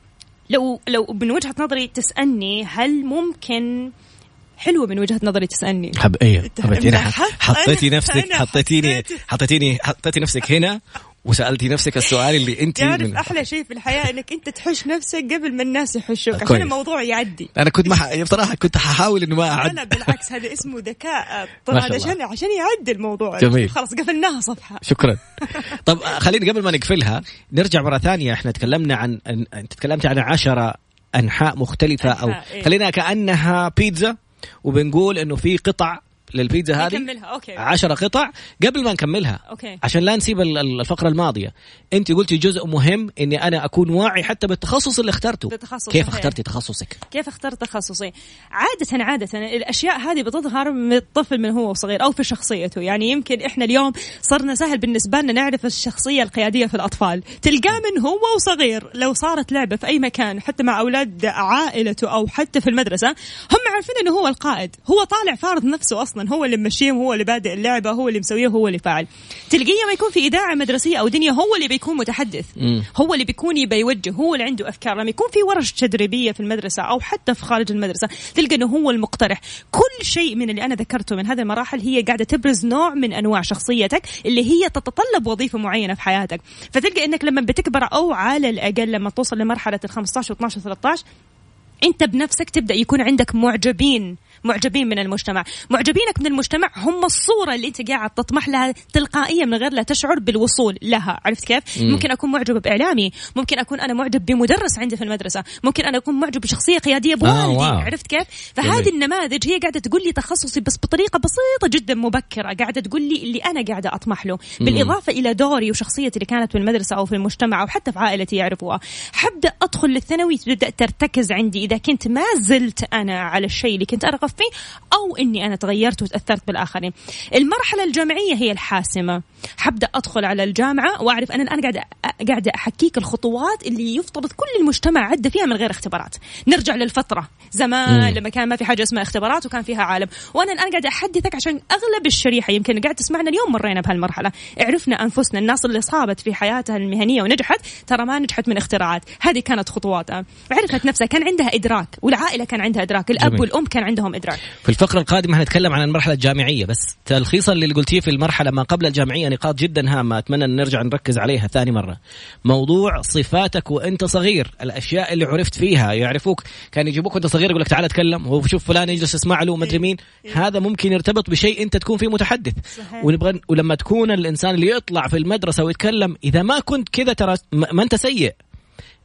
لو لو من وجهة نظري تسألني هل ممكن، حلوة من وجهة نظري تسألني حب ايه حبيتيني حطيتي نفسك حطيتيني حطيتيني حطيتي نفسك هنا وسألتي نفسك السؤال اللي انت من... احلى شيء في الحياة انك انت تحش نفسك قبل ما الناس يحشوك عشان الموضوع يعدي. انا كنت مح... بصراحة كنت هحاول انه ما اعد. انا بالعكس هذا اسمه ذكاء طبعا عشان عشان يعدي الموضوع. جميل. خلاص قفلناها صفحة. شكرا. طب خلينا قبل ما نقفلها نرجع مرة ثانية. احنا تكلمنا عن انت تكلمت عن عشرة انحاء مختلفة أنحاء. او إيه؟ خلينا كأنها بيتزا وبنقول انه في قطع للبيتزا هذه عشرة قطع. قبل ما نكملها أوكي. عشان لا نسيب الفقرة الماضية، انت قلتي جزء مهم اني انا اكون واعي حتى بالتخصص اللي اخترته. كيف صحيح. اخترتي تخصصك؟ كيف اخترت تخصصي؟ عادة عادة الاشياء هذه بتظهر من الطفل من هو صغير او في شخصيته. يعني يمكن احنا اليوم صرنا سهل بالنسبة لنا نعرف الشخصية القيادية في الاطفال، تلقاه من هو وصغير. لو صارت لعبة في اي مكان حتى مع اولاد عائلته او حتى في المدرسة، هم عارفين انه هو القائد، هو طالع فارض نفسه اصلا، هو اللي ممشيهم، هو اللي بادئ اللعبة، هو اللي مسويه، هو اللي فاعل. تلقيه ما يكون في إذاعة مدرسية أو دنيا هو اللي بيكون متحدث، م. هو اللي بيكون يبي يوجه، هو اللي عنده أفكار. لما يكون في ورش تدريبية في المدرسة أو حتى في خارج المدرسة تلقى إنه هو المقترح. كل شيء من اللي أنا ذكرته من هذه المراحل هي قاعدة تبرز نوع من أنواع شخصيتك اللي هي تتطلب وظيفة معينة في حياتك. فتلقى إنك لما بتكبر أو على الأقل لما توصل لمرحلة الخمسة عشر واثناشر وثلاثة عشر أنت بنفسك تبدأ يكون عندك معجبين معجبين من المجتمع. معجبينك من المجتمع هم الصورة اللي انت قاعد تطمح لها تلقائيا من غير لا تشعر بالوصول لها. عرفت كيف؟ مم. ممكن أكون معجب بإعلامي، ممكن أكون أنا معجب بمدرس عندي في المدرسة، ممكن أنا أكون معجب بشخصية قيادية بوالدي. آه عرفت كيف؟ فهذه النماذج هي قاعدة تقول لي تخصصي بس بطريقة بسيطة جدا مبكرة، قاعدة تقول لي اللي أنا قاعدة أطمح له. مم. بالإضافة إلى دوري وشخصيتي اللي كانت في المدرسة أو في المجتمع أو حتى في عائلتي يعرفوها، حبدأ أدخل للثانوي تبدأ ترتكز عندي إذا كنت ما زلت أنا على الشيء اللي كنت أرغب فيه أو إني أنا تغيرت وتأثرت بالآخرين. المرحلة الجامعية هي الحاسمة. حبدأ أدخل على الجامعة وأعرف أنا الآن قاعدة قاعدة أحكيك الخطوات اللي يفترض كل المجتمع عدى فيها من غير اختبارات. نرجع للفترة زمان مم. لما كان ما في حاجة اسمها اختبارات وكان فيها عالم، وأنا الآن قاعدة أحدثك عشان أغلب الشريحة يمكن قاعد تسمعنا اليوم مرينا بهالمرحلة، عرفنا أنفسنا. الناس اللي صابت في حياتها المهنية ونجحت ترى ما نجحت من اختراعات، هذه كانت خطواتها. عرفت نفسها، كان عندها إدراك، والعائلة كان عندها إدراك، الأب جميل. والأم كان عندهم إدراك. في الفقرة القادمة هنتكلم عن المرحلة الجامعية، بس تلخيصا اللي قلتيه في المرحلة ما قبل الجامعية نقاط جدا هامة أتمنى أن نرجع نركز عليها ثاني مرة. موضوع صفاتك وأنت صغير، الأشياء اللي عرفت فيها. يعرفوك كان يجيبوك وأنت صغير يقول لك تعال اتكلم وشوف فلان يجلس يسمع له ومدري مين. هذا ممكن يرتبط بشيء أنت تكون فيه متحدث. ونبغى ولما تكون الإنسان اللي يطلع في المدرسة ويتكلم إذا ما كنت كذا ترى ما أنت سيء.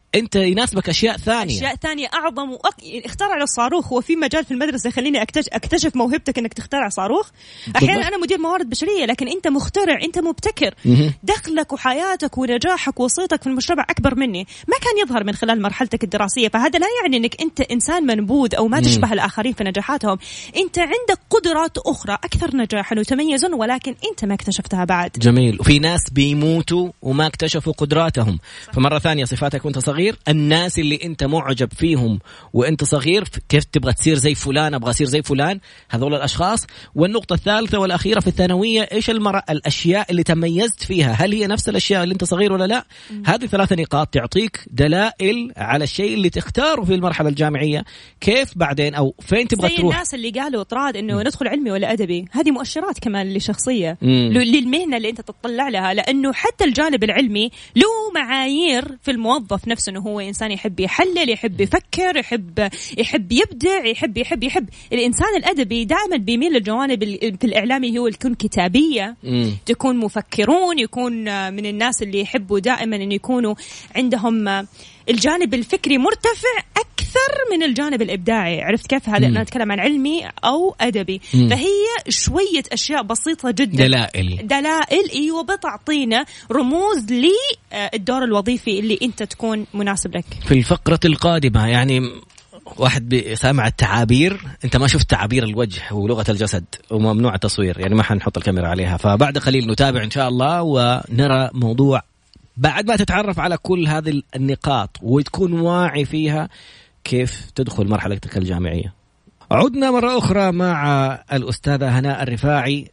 انت يناسبك اشياء ثانيه اشياء ثانيه اعظم. وأك... اخترع الصاروخ. هو في مجال في المدرسه يخليني اكتشف اكتشف موهبتك انك تخترع صاروخ. احيانا انا مدير موارد بشريه لكن انت مخترع، انت مبتكر. دخلك وحياتك ونجاحك وصيتك في المجتمع اكبر مني، ما كان يظهر من خلال مرحلتك الدراسيه. فهذا لا يعني انك انت انسان منبوذ او ما تشبه الاخرين في نجاحاتهم. انت عندك قدرات اخرى اكثر نجاحا وتميزا ولكن انت ما اكتشفتها بعد. جميل. وفي ناس بيموتوا وما اكتشفوا قدراتهم. صح. فمره ثانيه صفاتك وانت صغير، الناس اللي انت معجب فيهم وانت صغير، كيف تبغى تصير زي فلان، ابغى اصير زي فلان، هذول الاشخاص. والنقطه الثالثه والاخيره في الثانويه، ايش المر... الاشياء اللي تميزت فيها، هل هي نفس الاشياء اللي انت صغير ولا لا؟ م. هذه ثلاثه نقاط تعطيك دلائل على الشيء اللي تختاره في المرحله الجامعيه، كيف بعدين او فين تبغى زي تروح. الناس اللي قالوا طراد انه م. ندخل علمي ولا ادبي، هذه مؤشرات كمان لشخصيه للمهنه اللي انت تطلع لها. لانه حتى الجانب العلمي له معايير في الموظف نفسه، انه هو انسان يحب يحلل، يحب يفكر، يحب يحب يبدع، يحب يحب يحب الانسان الادبي دائما بيميل للجوانب في الاعلامي، هو يكون كتابيه، مم. تكون مفكرون، يكون من الناس اللي يحبوا دائما ان يكونوا عندهم الجانب الفكري مرتفع أكثر من الجانب الإبداعي. عرفت كيف؟ هذا أنا أتكلم عن علمي أو أدبي. مم. فهي شوية أشياء بسيطة جدا، دلائل دلائل إيوه بتعطينا رموز للدور الوظيفي اللي أنت تكون مناسب لك. في الفقرة القادمة يعني واحد سامع التعابير، انت ما شفت تعابير الوجه ولغة الجسد وممنوع التصوير، يعني ما حنحط الكاميرا عليها. فبعد قليل نتابع إن شاء الله ونرى موضوع بعد ما تتعرف على كل هذه النقاط وتكون واعي فيها كيف تدخل مرحلتك الجامعية. عدنا مرة أخرى مع الأستاذة هناء الرفاعي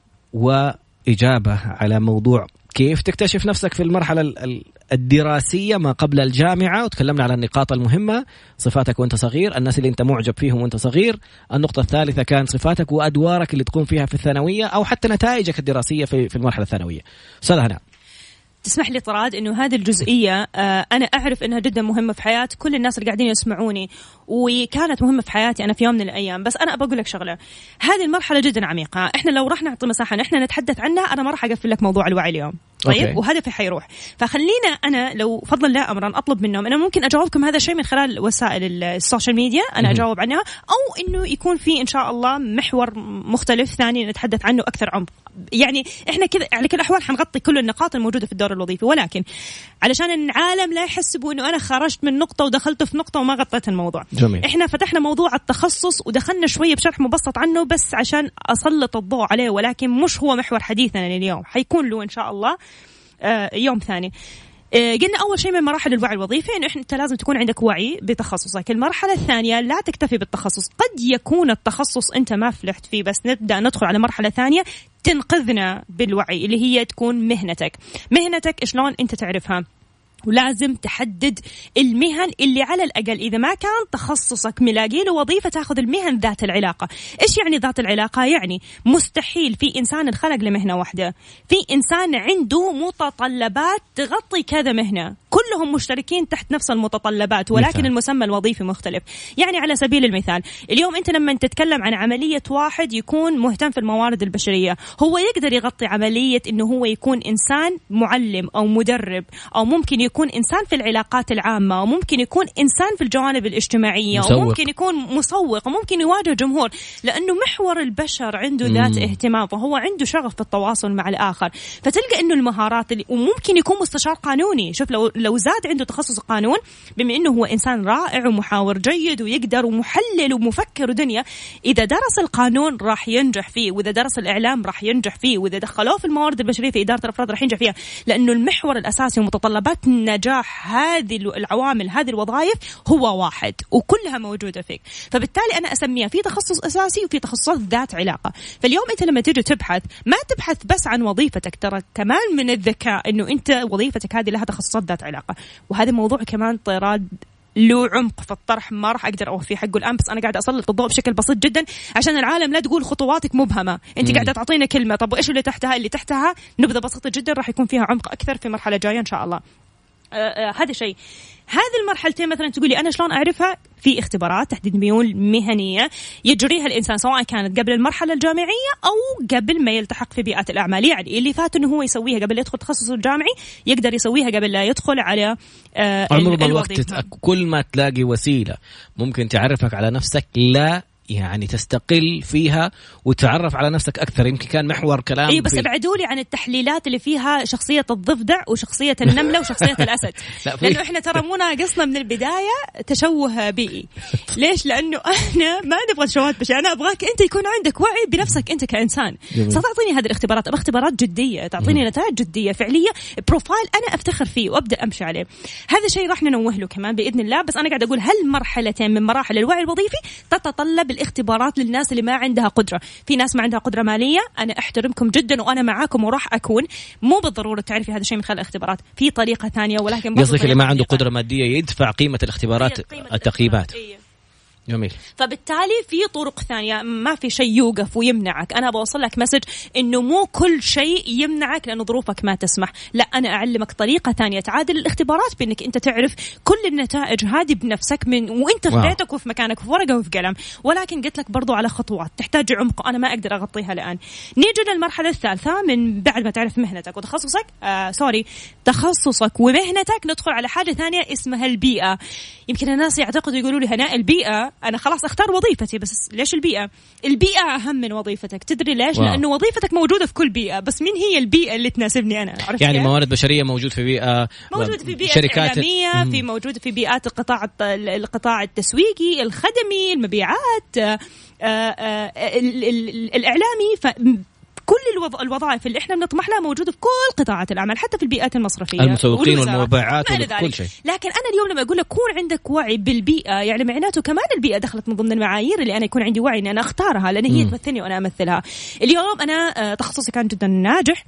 وإجابة على موضوع كيف تكتشف نفسك في المرحلة الدراسية ما قبل الجامعة، وتكلمنا على النقاط المهمة، صفاتك وانت صغير، الناس اللي انت معجب فيهم وانت صغير. النقطة الثالثة كان صفاتك وأدوارك اللي تقوم فيها في الثانوية أو حتى نتائجك الدراسية في في المرحلة الثانوية. أستاذة هناء، تسمح لي طراد انه هذه الجزئيه آه انا اعرف انها جدا مهمه في حياه كل الناس اللي قاعدين يسمعوني، وكانت مهمه في حياتي انا في يوم من الايام. بس انا بقول لك شغله، هذه المرحله جدا عميقه، احنا لو رح نعطي مساحه احنا نتحدث عنها انا ما راح اقفل لك موضوع الوعي اليوم. طيب أوكي. وهدفي حيروح. فخلينا انا لو فضل لا امرا اطلب منهم، انا ممكن اجاوبكم هذا الشيء من خلال وسائل السوشيال ميديا، انا اجاوب عنها، او انه يكون في ان شاء الله محور مختلف ثاني نتحدث عنه اكثر عمق. يعني احنا كذا على كل الاحوال حنغطي كل النقاط الموجوده في الدور الوظيفي، ولكن علشان العالم لا يحسبوا انه انا خرجت من نقطه ودخلت في نقطه وما غطيت الموضوع. جميل. احنا فتحنا موضوع التخصص ودخلنا شويه بشرح مبسط عنه بس عشان اسلط الضوء عليه، ولكن مش هو محور حديثنا لليوم، حيكون له ان شاء الله يوم ثاني. قلنا أول شيء من مراحل الوعي الوظيفي إنه أنت لازم تكون عندك وعي بتخصصك. المرحلة الثانية لا تكتفي بالتخصص، قد يكون التخصص أنت ما فلحت فيه، بس نبدأ ندخل على مرحلة ثانية تنقذنا بالوعي اللي هي تكون مهنتك. مهنتك شلون أنت تعرفها؟ ولازم تحدد المهن اللي على الأقل إذا ما كان تخصصك ملاقي له وظيفة تأخذ المهن ذات العلاقة. إيش يعني ذات العلاقة؟ يعني مستحيل في إنسان انخلق لمهنة واحدة، في إنسان عنده متطلبات تغطي كذا مهنة، كلهم مشتركين تحت نفس المتطلبات ولكن مثال. المسمى الوظيفي مختلف. يعني على سبيل المثال اليوم أنت لما تتكلم عن عملية واحد يكون مهتم في الموارد البشرية، هو يقدر يغطي عملية إنه هو يكون إنسان معلم أو مدرب، أو ممكن يكون يكون إنسان في العلاقات العامة، وممكن يكون إنسان في الجوانب الاجتماعية، مسوق. وممكن يكون مسوق، وممكن يواجه جمهور، لأنه محور البشر عنده مم. ذات اهتمام، وهو عنده شغف في التواصل مع الآخر. فتلقى إنه المهارات اللي وممكن يكون مستشار قانوني. شوف لو لو زاد عنده تخصص قانون، بما إنه هو إنسان رائع ومحاور جيد ويقدر ومحلل ومفكر ودنيا، إذا درس القانون راح ينجح فيه، وإذا درس الإعلام راح ينجح فيه، وإذا دخلوه في الموارد البشرية في إدارة الأفراد راح ينجح فيها، لأنه المحور الأساسي ومتطلبات نجاح هذه العوامل هذه الوظائف هو واحد وكلها موجودة فيك. فبالتالي أنا أسميها في تخصص أساسي وفي تخصصات ذات علاقة. فاليوم أنت لما تيجي تبحث ما تبحث بس عن وظيفتك، ترى كمان من الذكاء أنه أنت وظيفتك هذه لها تخصصات ذات علاقة. وهذا موضوع كمان طراد له عمق في الطرح، ما راح أقدر أوفي حقه الآن، بس أنا قاعدة أسلط الضوء بشكل بسيط جدا عشان العالم لا تقول خطواتك مبهمة. أنت قاعدة تعطينا كلمة، طب وإيش اللي تحتها؟ اللي تحتها نبذة بسيطة جدا راح يكون فيها عمق أكثر في مرحلة جاية إن شاء الله. آه آه هذا شيء. هذه المرحلتين مثلا تقولي أنا شلون أعرفها؟ في اختبارات تحديد ميول مهنية يجريها الإنسان سواء كانت قبل المرحلة الجامعية أو قبل ما يلتحق في بيئات الأعمال. يعني اللي فات إنه هو يسويها قبل لا يدخل تخصصه الجامعي يقدر يسويها قبل لا يدخل على آه عمر الوقت. كل ما تلاقي وسيلة ممكن تعرفك على نفسك لا يعني تستقل فيها وتعرف على نفسك أكثر. يمكن كان محور كلام إيه بس ابعدوا لي عن التحليلات اللي فيها شخصية الضفدع وشخصية النملة وشخصية الأسد لأنه إحنا ترى مو ناقصنا من البداية تشوه بيئي. ليش؟ لأنه أنا ما نبغى تشوهات بشيء، أنا أبغاك أنت يكون عندك وعي بنفسك أنت كإنسان. ستعطيني هذه الاختبارات، أبغى اختبارات جدية تعطيني نتائج جدية فعلية، بروفايل أنا أفتخر فيه وأبدأ أمشي عليه. هذا شيء راح ننوه له كمان بإذن الله. بس أنا قاعد أقول هل مرحلتين من مراحل الوعي الوظيفي تتطلب الاختبارات للناس اللي ما عندها قدرة. في ناس ما عندها قدرة مالية، أنا أحترمكم جدا وأنا معاكم وراح أكون. مو بالضرورة تعرفي هذا الشيء من خلال الاختبارات، في طريقة ثانية. ولكن قصدك اللي ما عنده قدرة مادية يدفع قيمة الاختبارات التقييمات. جميل. فبالتالي في طرق ثانية، ما في شيء يوقف ويمنعك. أنا بوصل لك مسج إنه مو كل شيء يمنعك لأنه ظروفك ما تسمح، لا أنا أعلمك طريقة ثانية تعادل الاختبارات بإنك أنت تعرف كل النتائج هذه بنفسك من وإنت في بيتك وفي مكانك في ورقة وفي قلم. ولكن قلت لك برضو على خطوات تحتاج عمق أنا ما أقدر أغطيها الآن. نيجي للمرحلة الثالثة من بعد ما تعرف مهنتك وتخصصك آه سوري تخصصك ومهنتك، ندخل على حاجة ثانية اسمها البيئة. يمكن الناس يعتقدوا يقولوا لي هناء البيئة أنا خلاص أختار وظيفتي، بس ليش البيئة؟ البيئة أهم من وظيفتك. تدري ليش؟ واو. لأنه وظيفتك موجودة في كل بيئة، بس من هي البيئة اللي تناسبني أنا؟ يعني موارد بشرية موجود في بيئة، موجود في بيئة شركات إعلامية، في موجود في بيئات القطاع القطاع التسويقي، الخدمي، المبيعات، آآ آآ الإعلامي. ف كل الوظائف اللي احنا بنطمح لها موجوده في كل قطاعات الاعمال، حتى في البيئات المصرفيه، المسوقين والمبيعات وكل شيء. لكن انا اليوم لما اقول لك كون عندك وعي بالبيئه، يعني معناته كمان البيئه دخلت من ضمن المعايير اللي انا يكون عندي وعي ان انا اختارها لان هي تمثلني وانا امثلها. اليوم انا تخصصي كان جدا ناجح،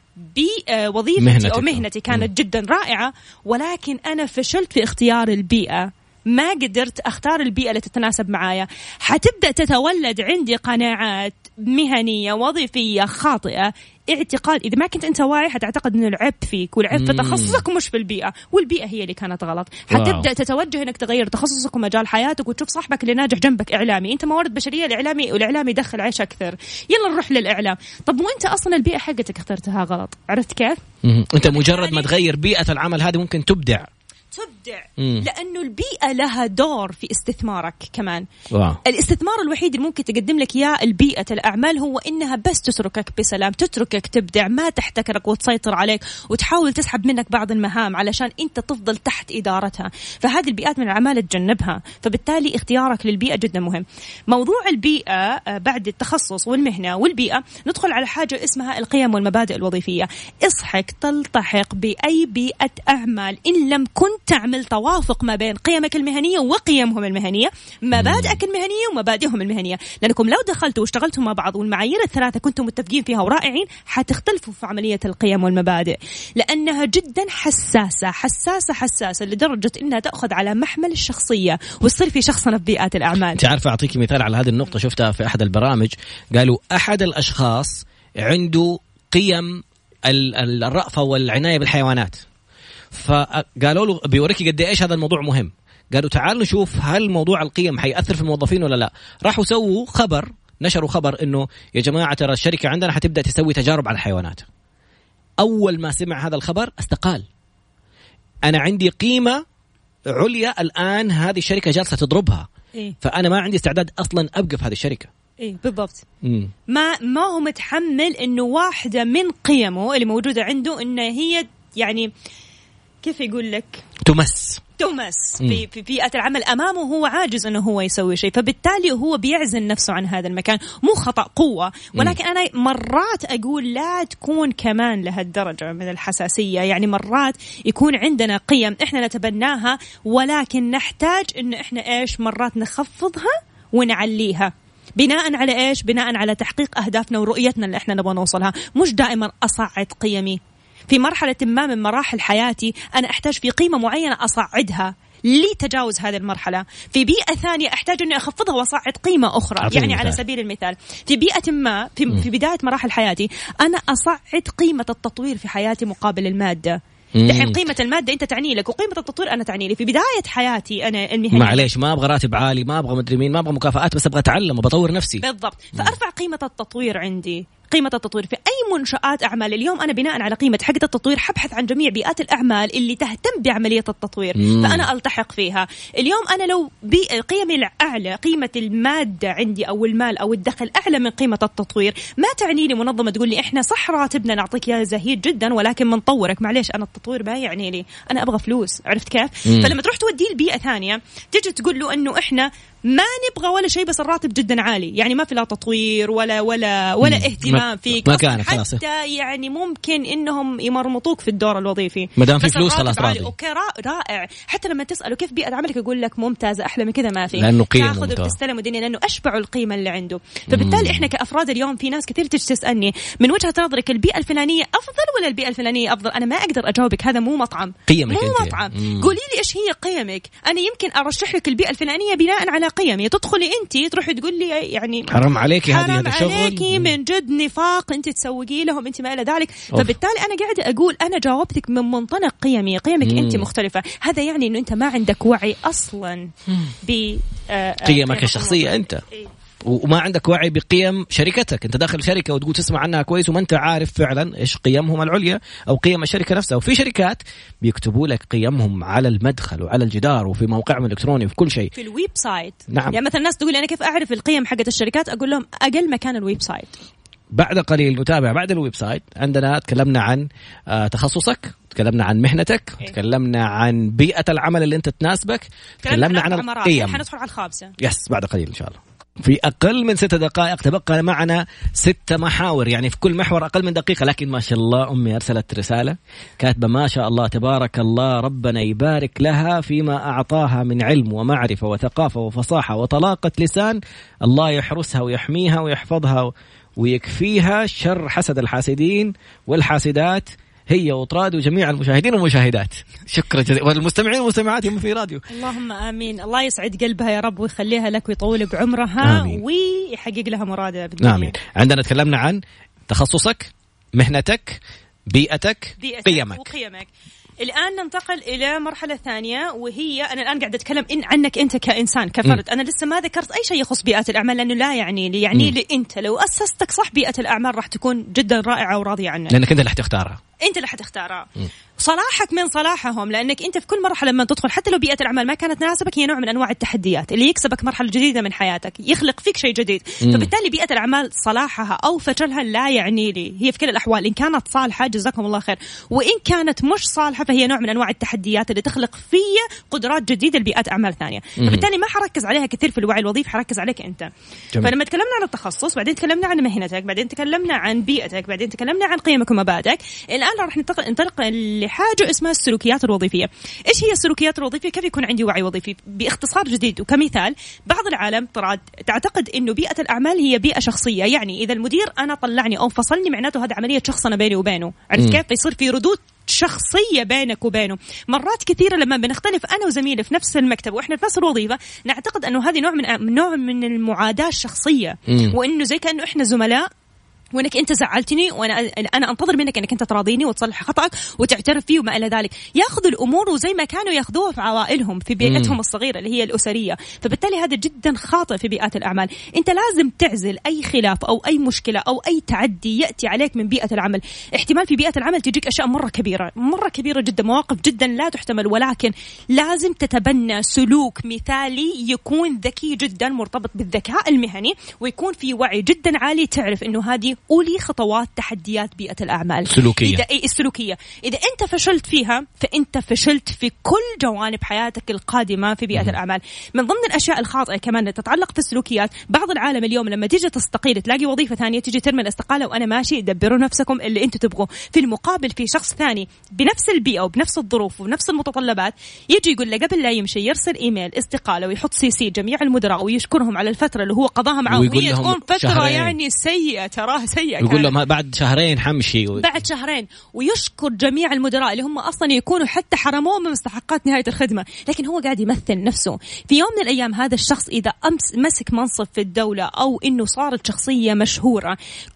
بوظيفتي او مهنتي كانت جدا رائعه، ولكن انا فشلت في اختيار البيئه، ما قدرت أختار البيئة اللي تتناسب معايا. حتبدأ تتولد عندي قناعات مهنية وظيفية خاطئة، اعتقاد إذا ما كنت أنت واعي حتعتقد أنه العيب فيك والعيب في تخصصك مش في البيئة، والبيئة هي اللي كانت غلط. حتبدأ تتوجه أنك تغير تخصصك ومجال حياتك وتشوف صاحبك اللي ناجح جنبك إعلامي، أنت موارد بشرية الإعلامي والإعلامي يدخل عيش أكثر، يلا نروح للإعلام. طب وأنت أصلا البيئة حقتك اخترتها غلط، عرفت كيف؟ أنت مجرد ما تغير بيئة العمل هذه ممكن تبدع تبدع مم. لأنه البيئة لها دور في استثمارك كمان. واو. الاستثمار الوحيد اللي ممكن تقدم لك يا البيئة الأعمال هو إنها بس تتركك بسلام، تتركك تبدع، ما تحتكرك وتسيطر عليك وتحاول تسحب منك بعض المهام علشان أنت تفضل تحت إدارتها. فهذه البيئات من الأعمال تجنبها، فبالتالي اختيارك للبيئة جدا مهم. موضوع البيئة بعد التخصص والمهنة والبيئة ندخل على حاجة اسمها القيم والمبادئ الوظيفية. اصحك تلتحق بأي بيئة أعمال إن لم كنت تعمل توافق ما بين قيمك المهنية وقيمهم المهنية، مبادئك المهنية ومبادئهم المهنية، لأنكم لو دخلتوا واشتغلتوا مع بعض والمعايير الثلاثة كنتم متفقين فيها ورائعين حتختلفوا في عملية القيم والمبادئ، لأنها جدا حساسة حساسة حساسة لدرجة إنها تأخذ على محمل الشخصية وتصير في شخصنا في بيئات الأعمال. أنت عارفة أعطيك مثال على هذه النقطة، شفتها في أحد البرامج، قالوا أحد الأشخاص عنده قيم الرأفة والعناية بالحيوانات، فقالوا له بيوريكي قد ايش هذا الموضوع مهم. قالوا تعالوا نشوف هل موضوع القيم حيأثر في الموظفين ولا لا. راحوا سووا خبر، نشروا خبر انه يا جماعه ترى الشركه عندنا حتبدا تسوي تجارب على الحيوانات. اول ما سمع هذا الخبر استقال. انا عندي قيمه عليا الان هذه الشركه جالسه تضربها، إيه؟ فانا ما عندي استعداد اصلا ابقى في هذه الشركه. إيه بالضبط. مم. ما ما هو متحمل انه واحده من قيمه اللي موجوده عنده ان هي يعني كيف يقول لك تمس تمس في في بيئة العمل أمامه، هو عاجز إنه هو يسوي شيء، فبالتالي هو بيعزل نفسه عن هذا المكان. مو خطأ، قوة، ولكن أنا مرات أقول لا تكون كمان لهالدرجة من الحساسية. يعني مرات يكون عندنا قيم إحنا نتبناها، ولكن نحتاج إنه إحنا إيش مرات نخفضها ونعليها بناء على إيش؟ بناء على تحقيق أهدافنا ورؤيتنا اللي إحنا نبغى نوصلها. مش دائما أصعد قيمي. في مرحلة ما من مراحل حياتي أنا أحتاج في قيمة معينة أصعدها لتجاوز هذه المرحلة، في بيئة ثانية أحتاج أني أخفضها وأصعد قيمة أخرى. يعني مثال. على سبيل المثال في بيئة ما في, في بداية مراحل حياتي أنا أصعد قيمة التطوير في حياتي مقابل المادة. دحين قيمة المادة أنت تعني لك وقيمة التطوير أنا تعني لي. في بداية حياتي أنا المهنية معليش ما أبغى راتب عالي، ما أبغى مدري مين، ما أبغى مكافآت، بس أبغى أتعلم وبطور نفسي. بالضبط. فأرفع قيمة التطوير عندي، قيمة التطوير في أي منشآت أعمال. اليوم أنا بناء على قيمة حقة التطوير حبحث عن جميع بيئات الأعمال اللي تهتم بعملية التطوير، مم. فأنا ألتحق فيها. اليوم أنا لو قيمي الأعلى، قيمة المادة عندي أو المال أو الدخل أعلى من قيمة التطوير، ما تعني لي منظمة تقول لي إحنا صح راتبنا نعطيك يا زهيد جدا ولكن منطورك. معليش أنا التطوير ما يعني لي، أنا أبغى فلوس. عرفت كيف؟ مم. فلما تروح توديه لبيئة ثانية تيجي تقول له إنه إحنا ما نبغى ولا شيء بس الراتب جدا عالي، يعني ما في لا تطوير ولا ولا ولا مم. اهتمام فيك حتى يعني ممكن انهم يمرمطوك في الدور الوظيفي ما دام في فلوس خلاص راضي. اوكي رائع. حتى لما تساله كيف بيئه عملك يقول لك ممتازه، احلى من كذا ما في، لانه قيمه تاخذ وتستلم الدنيا لانه اشبعوا القيمه اللي عنده. فبالتالي مم. احنا كافراد اليوم في ناس كثير تجي تسالني من وجهه نظرك البيئه الفلانيه افضل ولا البيئه الفلانيه افضل؟ انا ما اقدر اجاوبك، هذا مو مطعم، قيمك مو انت. مطعم. قولي لي ايش هي قيمك، انا يمكن ارشح لك البيئه الفلانيه بناء على قيمي. تدخلي انت تروح تقول لي يعني حرام عليكي هذه هذا الشغل، عليكي من جد نفاق انت تسوقي لهم انت ما الى ذلك. فبالتالي انا قاعده اقول انا جاوبتك من منطلق قيمي، قيمك مم. انت مختلفه. هذا يعني انه انت ما عندك وعي اصلا ب قيمك الشخصيه انت، وما عندك وعي بقيم شركتك. انت داخل شركه وتقول تسمع عنها كويس وما انت عارف فعلا ايش قيمهم العليا او قيم الشركه نفسها. وفي شركات بيكتبوا لك قيمهم على المدخل وعلى الجدار وفي موقعهم الالكتروني وفي كل شيء في الويب سايت. نعم. يعني مثلا الناس تقول انا كيف اعرف القيم حقت الشركات؟ اقول لهم اقل مكان الويب سايت. بعد قليل نتابع بعد الويب سايت. عندنا تكلمنا عن تخصصك، تكلمنا عن مهنتك، إيه؟ تكلمنا عن بيئة العمل اللي انت تناسبك، تكلمنا عن القيم. حندخل على الخامسة يس بعد قليل ان شاء الله. في أقل من ست دقائق تبقى معنا ست محاور، يعني في كل محور أقل من دقيقة. لكن ما شاء الله أمي أرسلت رسالة كاتبة ما شاء الله تبارك الله ربنا يبارك لها فيما أعطاها من علم ومعرفة وثقافة وفصاحة وطلاقة لسان، الله يحرسها ويحميها ويحفظها ويكفيها شر حسد الحاسدين والحاسدات، هي وطراد وجميع المشاهدين والمشاهدات. شكرا جزيلا، والمستمعين والمستمعات هم في راديو. اللهم آمين. الله يسعد قلبها يا رب ويخليها لك ويطول بعمرها آمين. ويحقق لها مرادها بالدنيا. آمين. عندنا تكلمنا عن تخصصك، مهنتك، بيئتك، بيئتك قيمك وقيمك. الآن ننتقل إلى مرحلة ثانية، وهي أنا الآن قاعدة أتكلم إن عنك أنت كإنسان كفرد. م. أنا لسه ما ذكرت أي شيء يخص بيئة الأعمال لأنه لا يعني لي يعني لي أنت لو أسستك صح بيئة الأعمال راح تكون جدا رائعة وراضية عنك، لأنك أنت اللي حتختارها. أنت اللي حتختارها. م. صلاحك من صلاحهم، لأنك أنت في كل مرحلة لما تدخل حتى لو بيئة الأعمال ما كانت تناسبك هي نوع من أنواع التحديات اللي يكسبك مرحلة جديدة من حياتك، يخلق فيك شيء جديد. م. فبالتالي بيئة الأعمال صلاحها أو فشلها لا يعني لي، هي في كل الأحوال إن كانت صالحة جزاكم الله خير، وإن كانت مش صالحة فهي نوع من أنواع التحديات اللي تخلق فيه قدرات جديدة لبيئات أعمال ثانية. م. فبالتالي ما حركز عليها كثير في الوعي الوظيفي، حركز عليك أنت. جميل. فلما تكلمنا عن التخصص، بعدين تكلمنا عن مهنتك، بعدين تكلمنا عن بيئتك، بعدين تكلمنا عن قيمك ومبادئك، الآن راح ننتقل لحاجة اسمها السلوكيات الوظيفية. إيش هي السلوكيات الوظيفية؟ كيف يكون عندي وعي وظيفي؟ باختصار جديد وكمثال، بعض العالم طراد تعتقد إنه بيئة الأعمال هي بيئة شخصية، يعني إذا المدير أنا طلعني أو فصلني معناته هذا عملية شخص أنا بيني وبينه. عرفت كيف؟ يصير في ردود شخصية بينك وبينه. مرات كثيرة لما بنختلف أنا وزميلي في نفس المكتب وإحنا في نفس الوظيفة نعتقد أنه هذه نوع من نوع من المعاداة الشخصية، وإنه زي كأنه إحنا زملاء وانك انت زعلتني وانا انا انتظر منك انك انت تراضيني وتصلح خطأك وتعترف فيه وما الى ذلك. ياخذوا الامور وزي ما كانوا ياخذوها في عوائلهم في بيئتهم الصغيره اللي هي الاسريه. فبالتالي هذا جدا خاطئ في بيئات الاعمال. انت لازم تعزل اي خلاف او اي مشكله او اي تعدي ياتي عليك من بيئه العمل. احتمال في بيئه العمل تجيك اشياء مره كبيره مره كبيره جدا، مواقف جدا لا تحتمل، ولكن لازم تتبنى سلوك مثالي يكون ذكي جدا مرتبط بالذكاء المهني، ويكون في وعي جدا عالي تعرف انه هذه أولي خطوات تحديات بيئة الأعمال سلوكية. إذا إيه السلوكية إذا أنت فشلت فيها فأنت فشلت في كل جوانب حياتك القادمة في بيئة م- الأعمال. من ضمن الأشياء الخاطئة كمان اللي تتعلق في السلوكيات، بعض العالم اليوم لما تيجي تستقيل تلاقي وظيفة ثانية تيجي ترمي الاستقالة وأنا ماشي، دبروا نفسكم اللي أنتوا تبغوا. في المقابل في شخص ثاني بنفس البيئة وبنفس الظروف وبنفس المتطلبات يجي يقول له قبل لا يمشي يرسل إيميل استقالة ويحط سي سي جميع المدراء ويشكرهم على الفترة اللي هو قضاها معهم، وهي تكون فترة شهرين. يعني سيئة تراها سيئة، يقول لهم بعد شهرين حمشي و... بعد شهرين، ويشكر جميع المدراء اللي هم أصلا يكونوا حتى حرموه من مستحقات نهاية الخدمة، لكن هو قاعد يمثل نفسه. في يوم من الأيام هذا الشخص إذا أمس مسك منصب في الدولة أو إنه صارت شخصية مشهورة، كل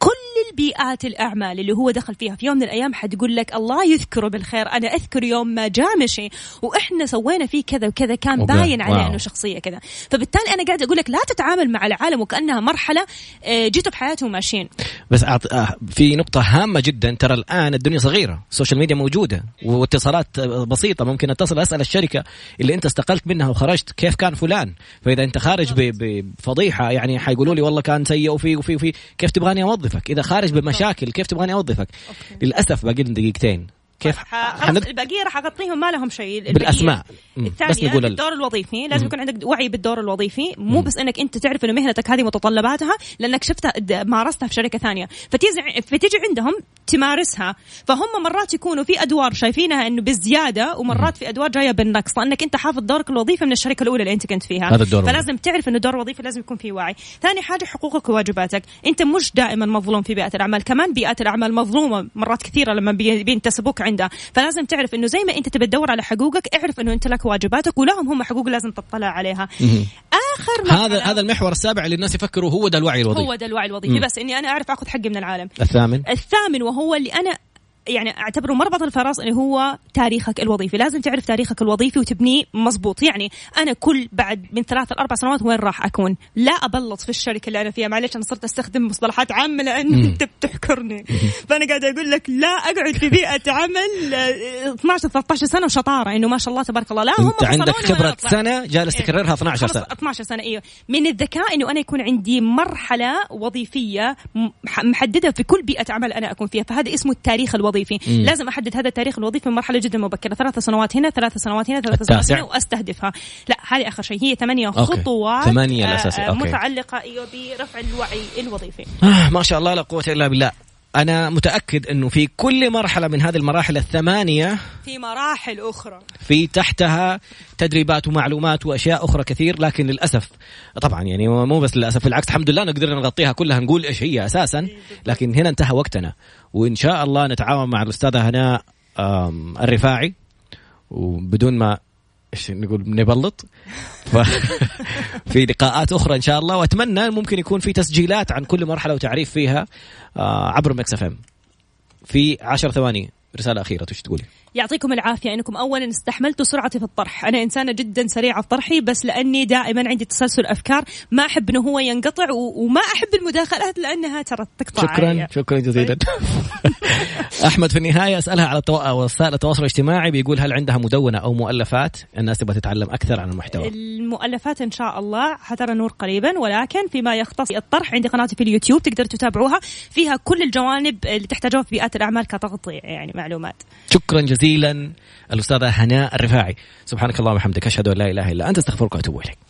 بيئات الأعمال اللي هو دخل فيها في يوم من الأيام حتقول لك الله يذكره بالخير، أنا أذكر يوم ما جاء مشي وإحنا سوينا فيه كذا وكذا، كان باين عليه إنه شخصية كذا. فبالتالي أنا قاعد أقول لك لا تتعامل مع العالم وكأنها مرحلة جيتوا بحياتهم ماشيين. بس في نقطة هامة جدا، ترى الآن الدنيا صغيرة، السوشيال ميديا موجودة واتصالات بسيطة، ممكن اتصل أسأل الشركة اللي أنت استقلت منها وخرجت كيف كان فلان، فإذا أنت خارج بفضيحة يعني حيقولوا لي والله كان سيء وفي وفي وفي كيف تبغاني أوظفك؟ إذا خارج بمشاكل كيف تبغاني أوظفك؟ أوكي. للأسف باقي لنا دقيقتين. كيف حند... البقية راح أغطيهم ما لهم شيء بالأسماء. بس نقول الدور الوظيفي لازم يكون عندك وعي بالدور الوظيفي، مو بس انك انت تعرف انه مهنتك هذه متطلباتها لانك شفتها مارستها في شركة ثانية فتيجي فتيجي عندهم تمارسها. فهم مرات يكونوا في ادوار شايفينها انه بزيادة ومرات في ادوار جاية بالنقص لانك انت حافظ دورك الوظيفي من الشركة الاولى اللي انت كنت فيها. فلازم تعرف انه الدور الوظيفي لازم يكون فيه وعي. ثاني حاجة حقوقك وواجباتك، انت مش دائما مظلوم في بيئة الاعمال، كمان بيئات الاعمال مظلومة مرات كثيرة لما بينتسبوك عندها. فلازم تعرف انه زي ما انت تبي تدور على حقوقك اعرف انه انت لك واجباتك ولهم هم حقوق لازم تطلع عليها. اخر هذا هذا المحور السابع اللي الناس يفكروا هو ده الوعي الوظيفي، هو ده الوعي الوظيفي. بس اني انا اعرف اخذ حقي من العالم. الثامن الثامن وهو اللي انا يعني اعتبره مربط الفرس اللي هو تاريخك الوظيفي. لازم تعرف تاريخك الوظيفي وتبنيه مظبوط. يعني انا كل بعد من ثلاث لاربع سنوات وين راح اكون، لا ابلط في الشركه اللي انا فيها. معلش انا صرت استخدم مصطلحات عامه لان انت بتحكرني، فانا قاعده اقول لك لا اقعد في بيئه عمل اثناشر ثلاثة عشر سنه وشطاره انه ما شاء الله تبارك الله. لا هم انت عندك خبره سنه جالس تكررها اثنا عشر سنه اثنا عشر سنه. ايوه من الذكاء انه انا يكون عندي مرحله وظيفيه محدده في كل بيئه عمل انا اكون فيها، فهذا اسمه التاريخ الوظيفي. م. لازم أحدد هذا التاريخ الوظيفي من مرحلة جدا مبكرة، ثلاث سنوات هنا ثلاث سنوات هنا ثلاث سنوات هنا وأستهدفها. لا هذه آخر شيء، هي ثمانية خطوات ثمانية الأساسية متعلقة أيوة برفع الوعي الوظيفي. آه ما شاء الله لا قوة إلا بالله. أنا متأكد أنه في كل مرحلة من هذه المراحل الثمانية في مراحل أخرى في تحتها تدريبات ومعلومات وأشياء أخرى كثير، لكن للأسف طبعا يعني مو بس للأسف، بالعكس الحمد لله نقدر نغطيها كلها نقول إيش هي أساسا، لكن هنا انتهى وقتنا. وإن شاء الله نتعاون مع الأستاذة هناء الرفاعي وبدون ما إيش نقول نبلط في لقاءات أخرى إن شاء الله. وأتمنى ممكن يكون في تسجيلات عن كل مرحلة وتعريف فيها عبر ميكس إف إم. في عشر ثواني رسالة أخيرة تش تقولي؟ يعطيكم العافية أنكم أولا استحملتوا سرعتي في الطرح. أنا إنسانة جدا سريعة في طرحي، بس لأني دائما عندي تسلسل أفكار ما أحب أنه هو ينقطع وما أحب المداخلات لأنها ترى تقطع. شكرا عالية. شكرا جزيلا. أحمد في النهاية أسألها على وسائل التواصل الاجتماعي، بيقول هل عندها مدونة أو مؤلفات الناس تبغى تتعلم أكثر عن المحتوى؟ المؤلفات إن شاء الله حترى نور قريبا، ولكن فيما يختص الطرح عندي قناتي في اليوتيوب تقدروا تتابعوها، فيها كل الجوانب اللي تحتاجوها في بيئات الأعمال كتغطية يعني معلومات. شكرا جزيلا الأستاذة هناء الرفاعي. سبحانك اللهم وبحمدك أشهد أن لا إله إلا أنت أستغفرك وأتوب إليك.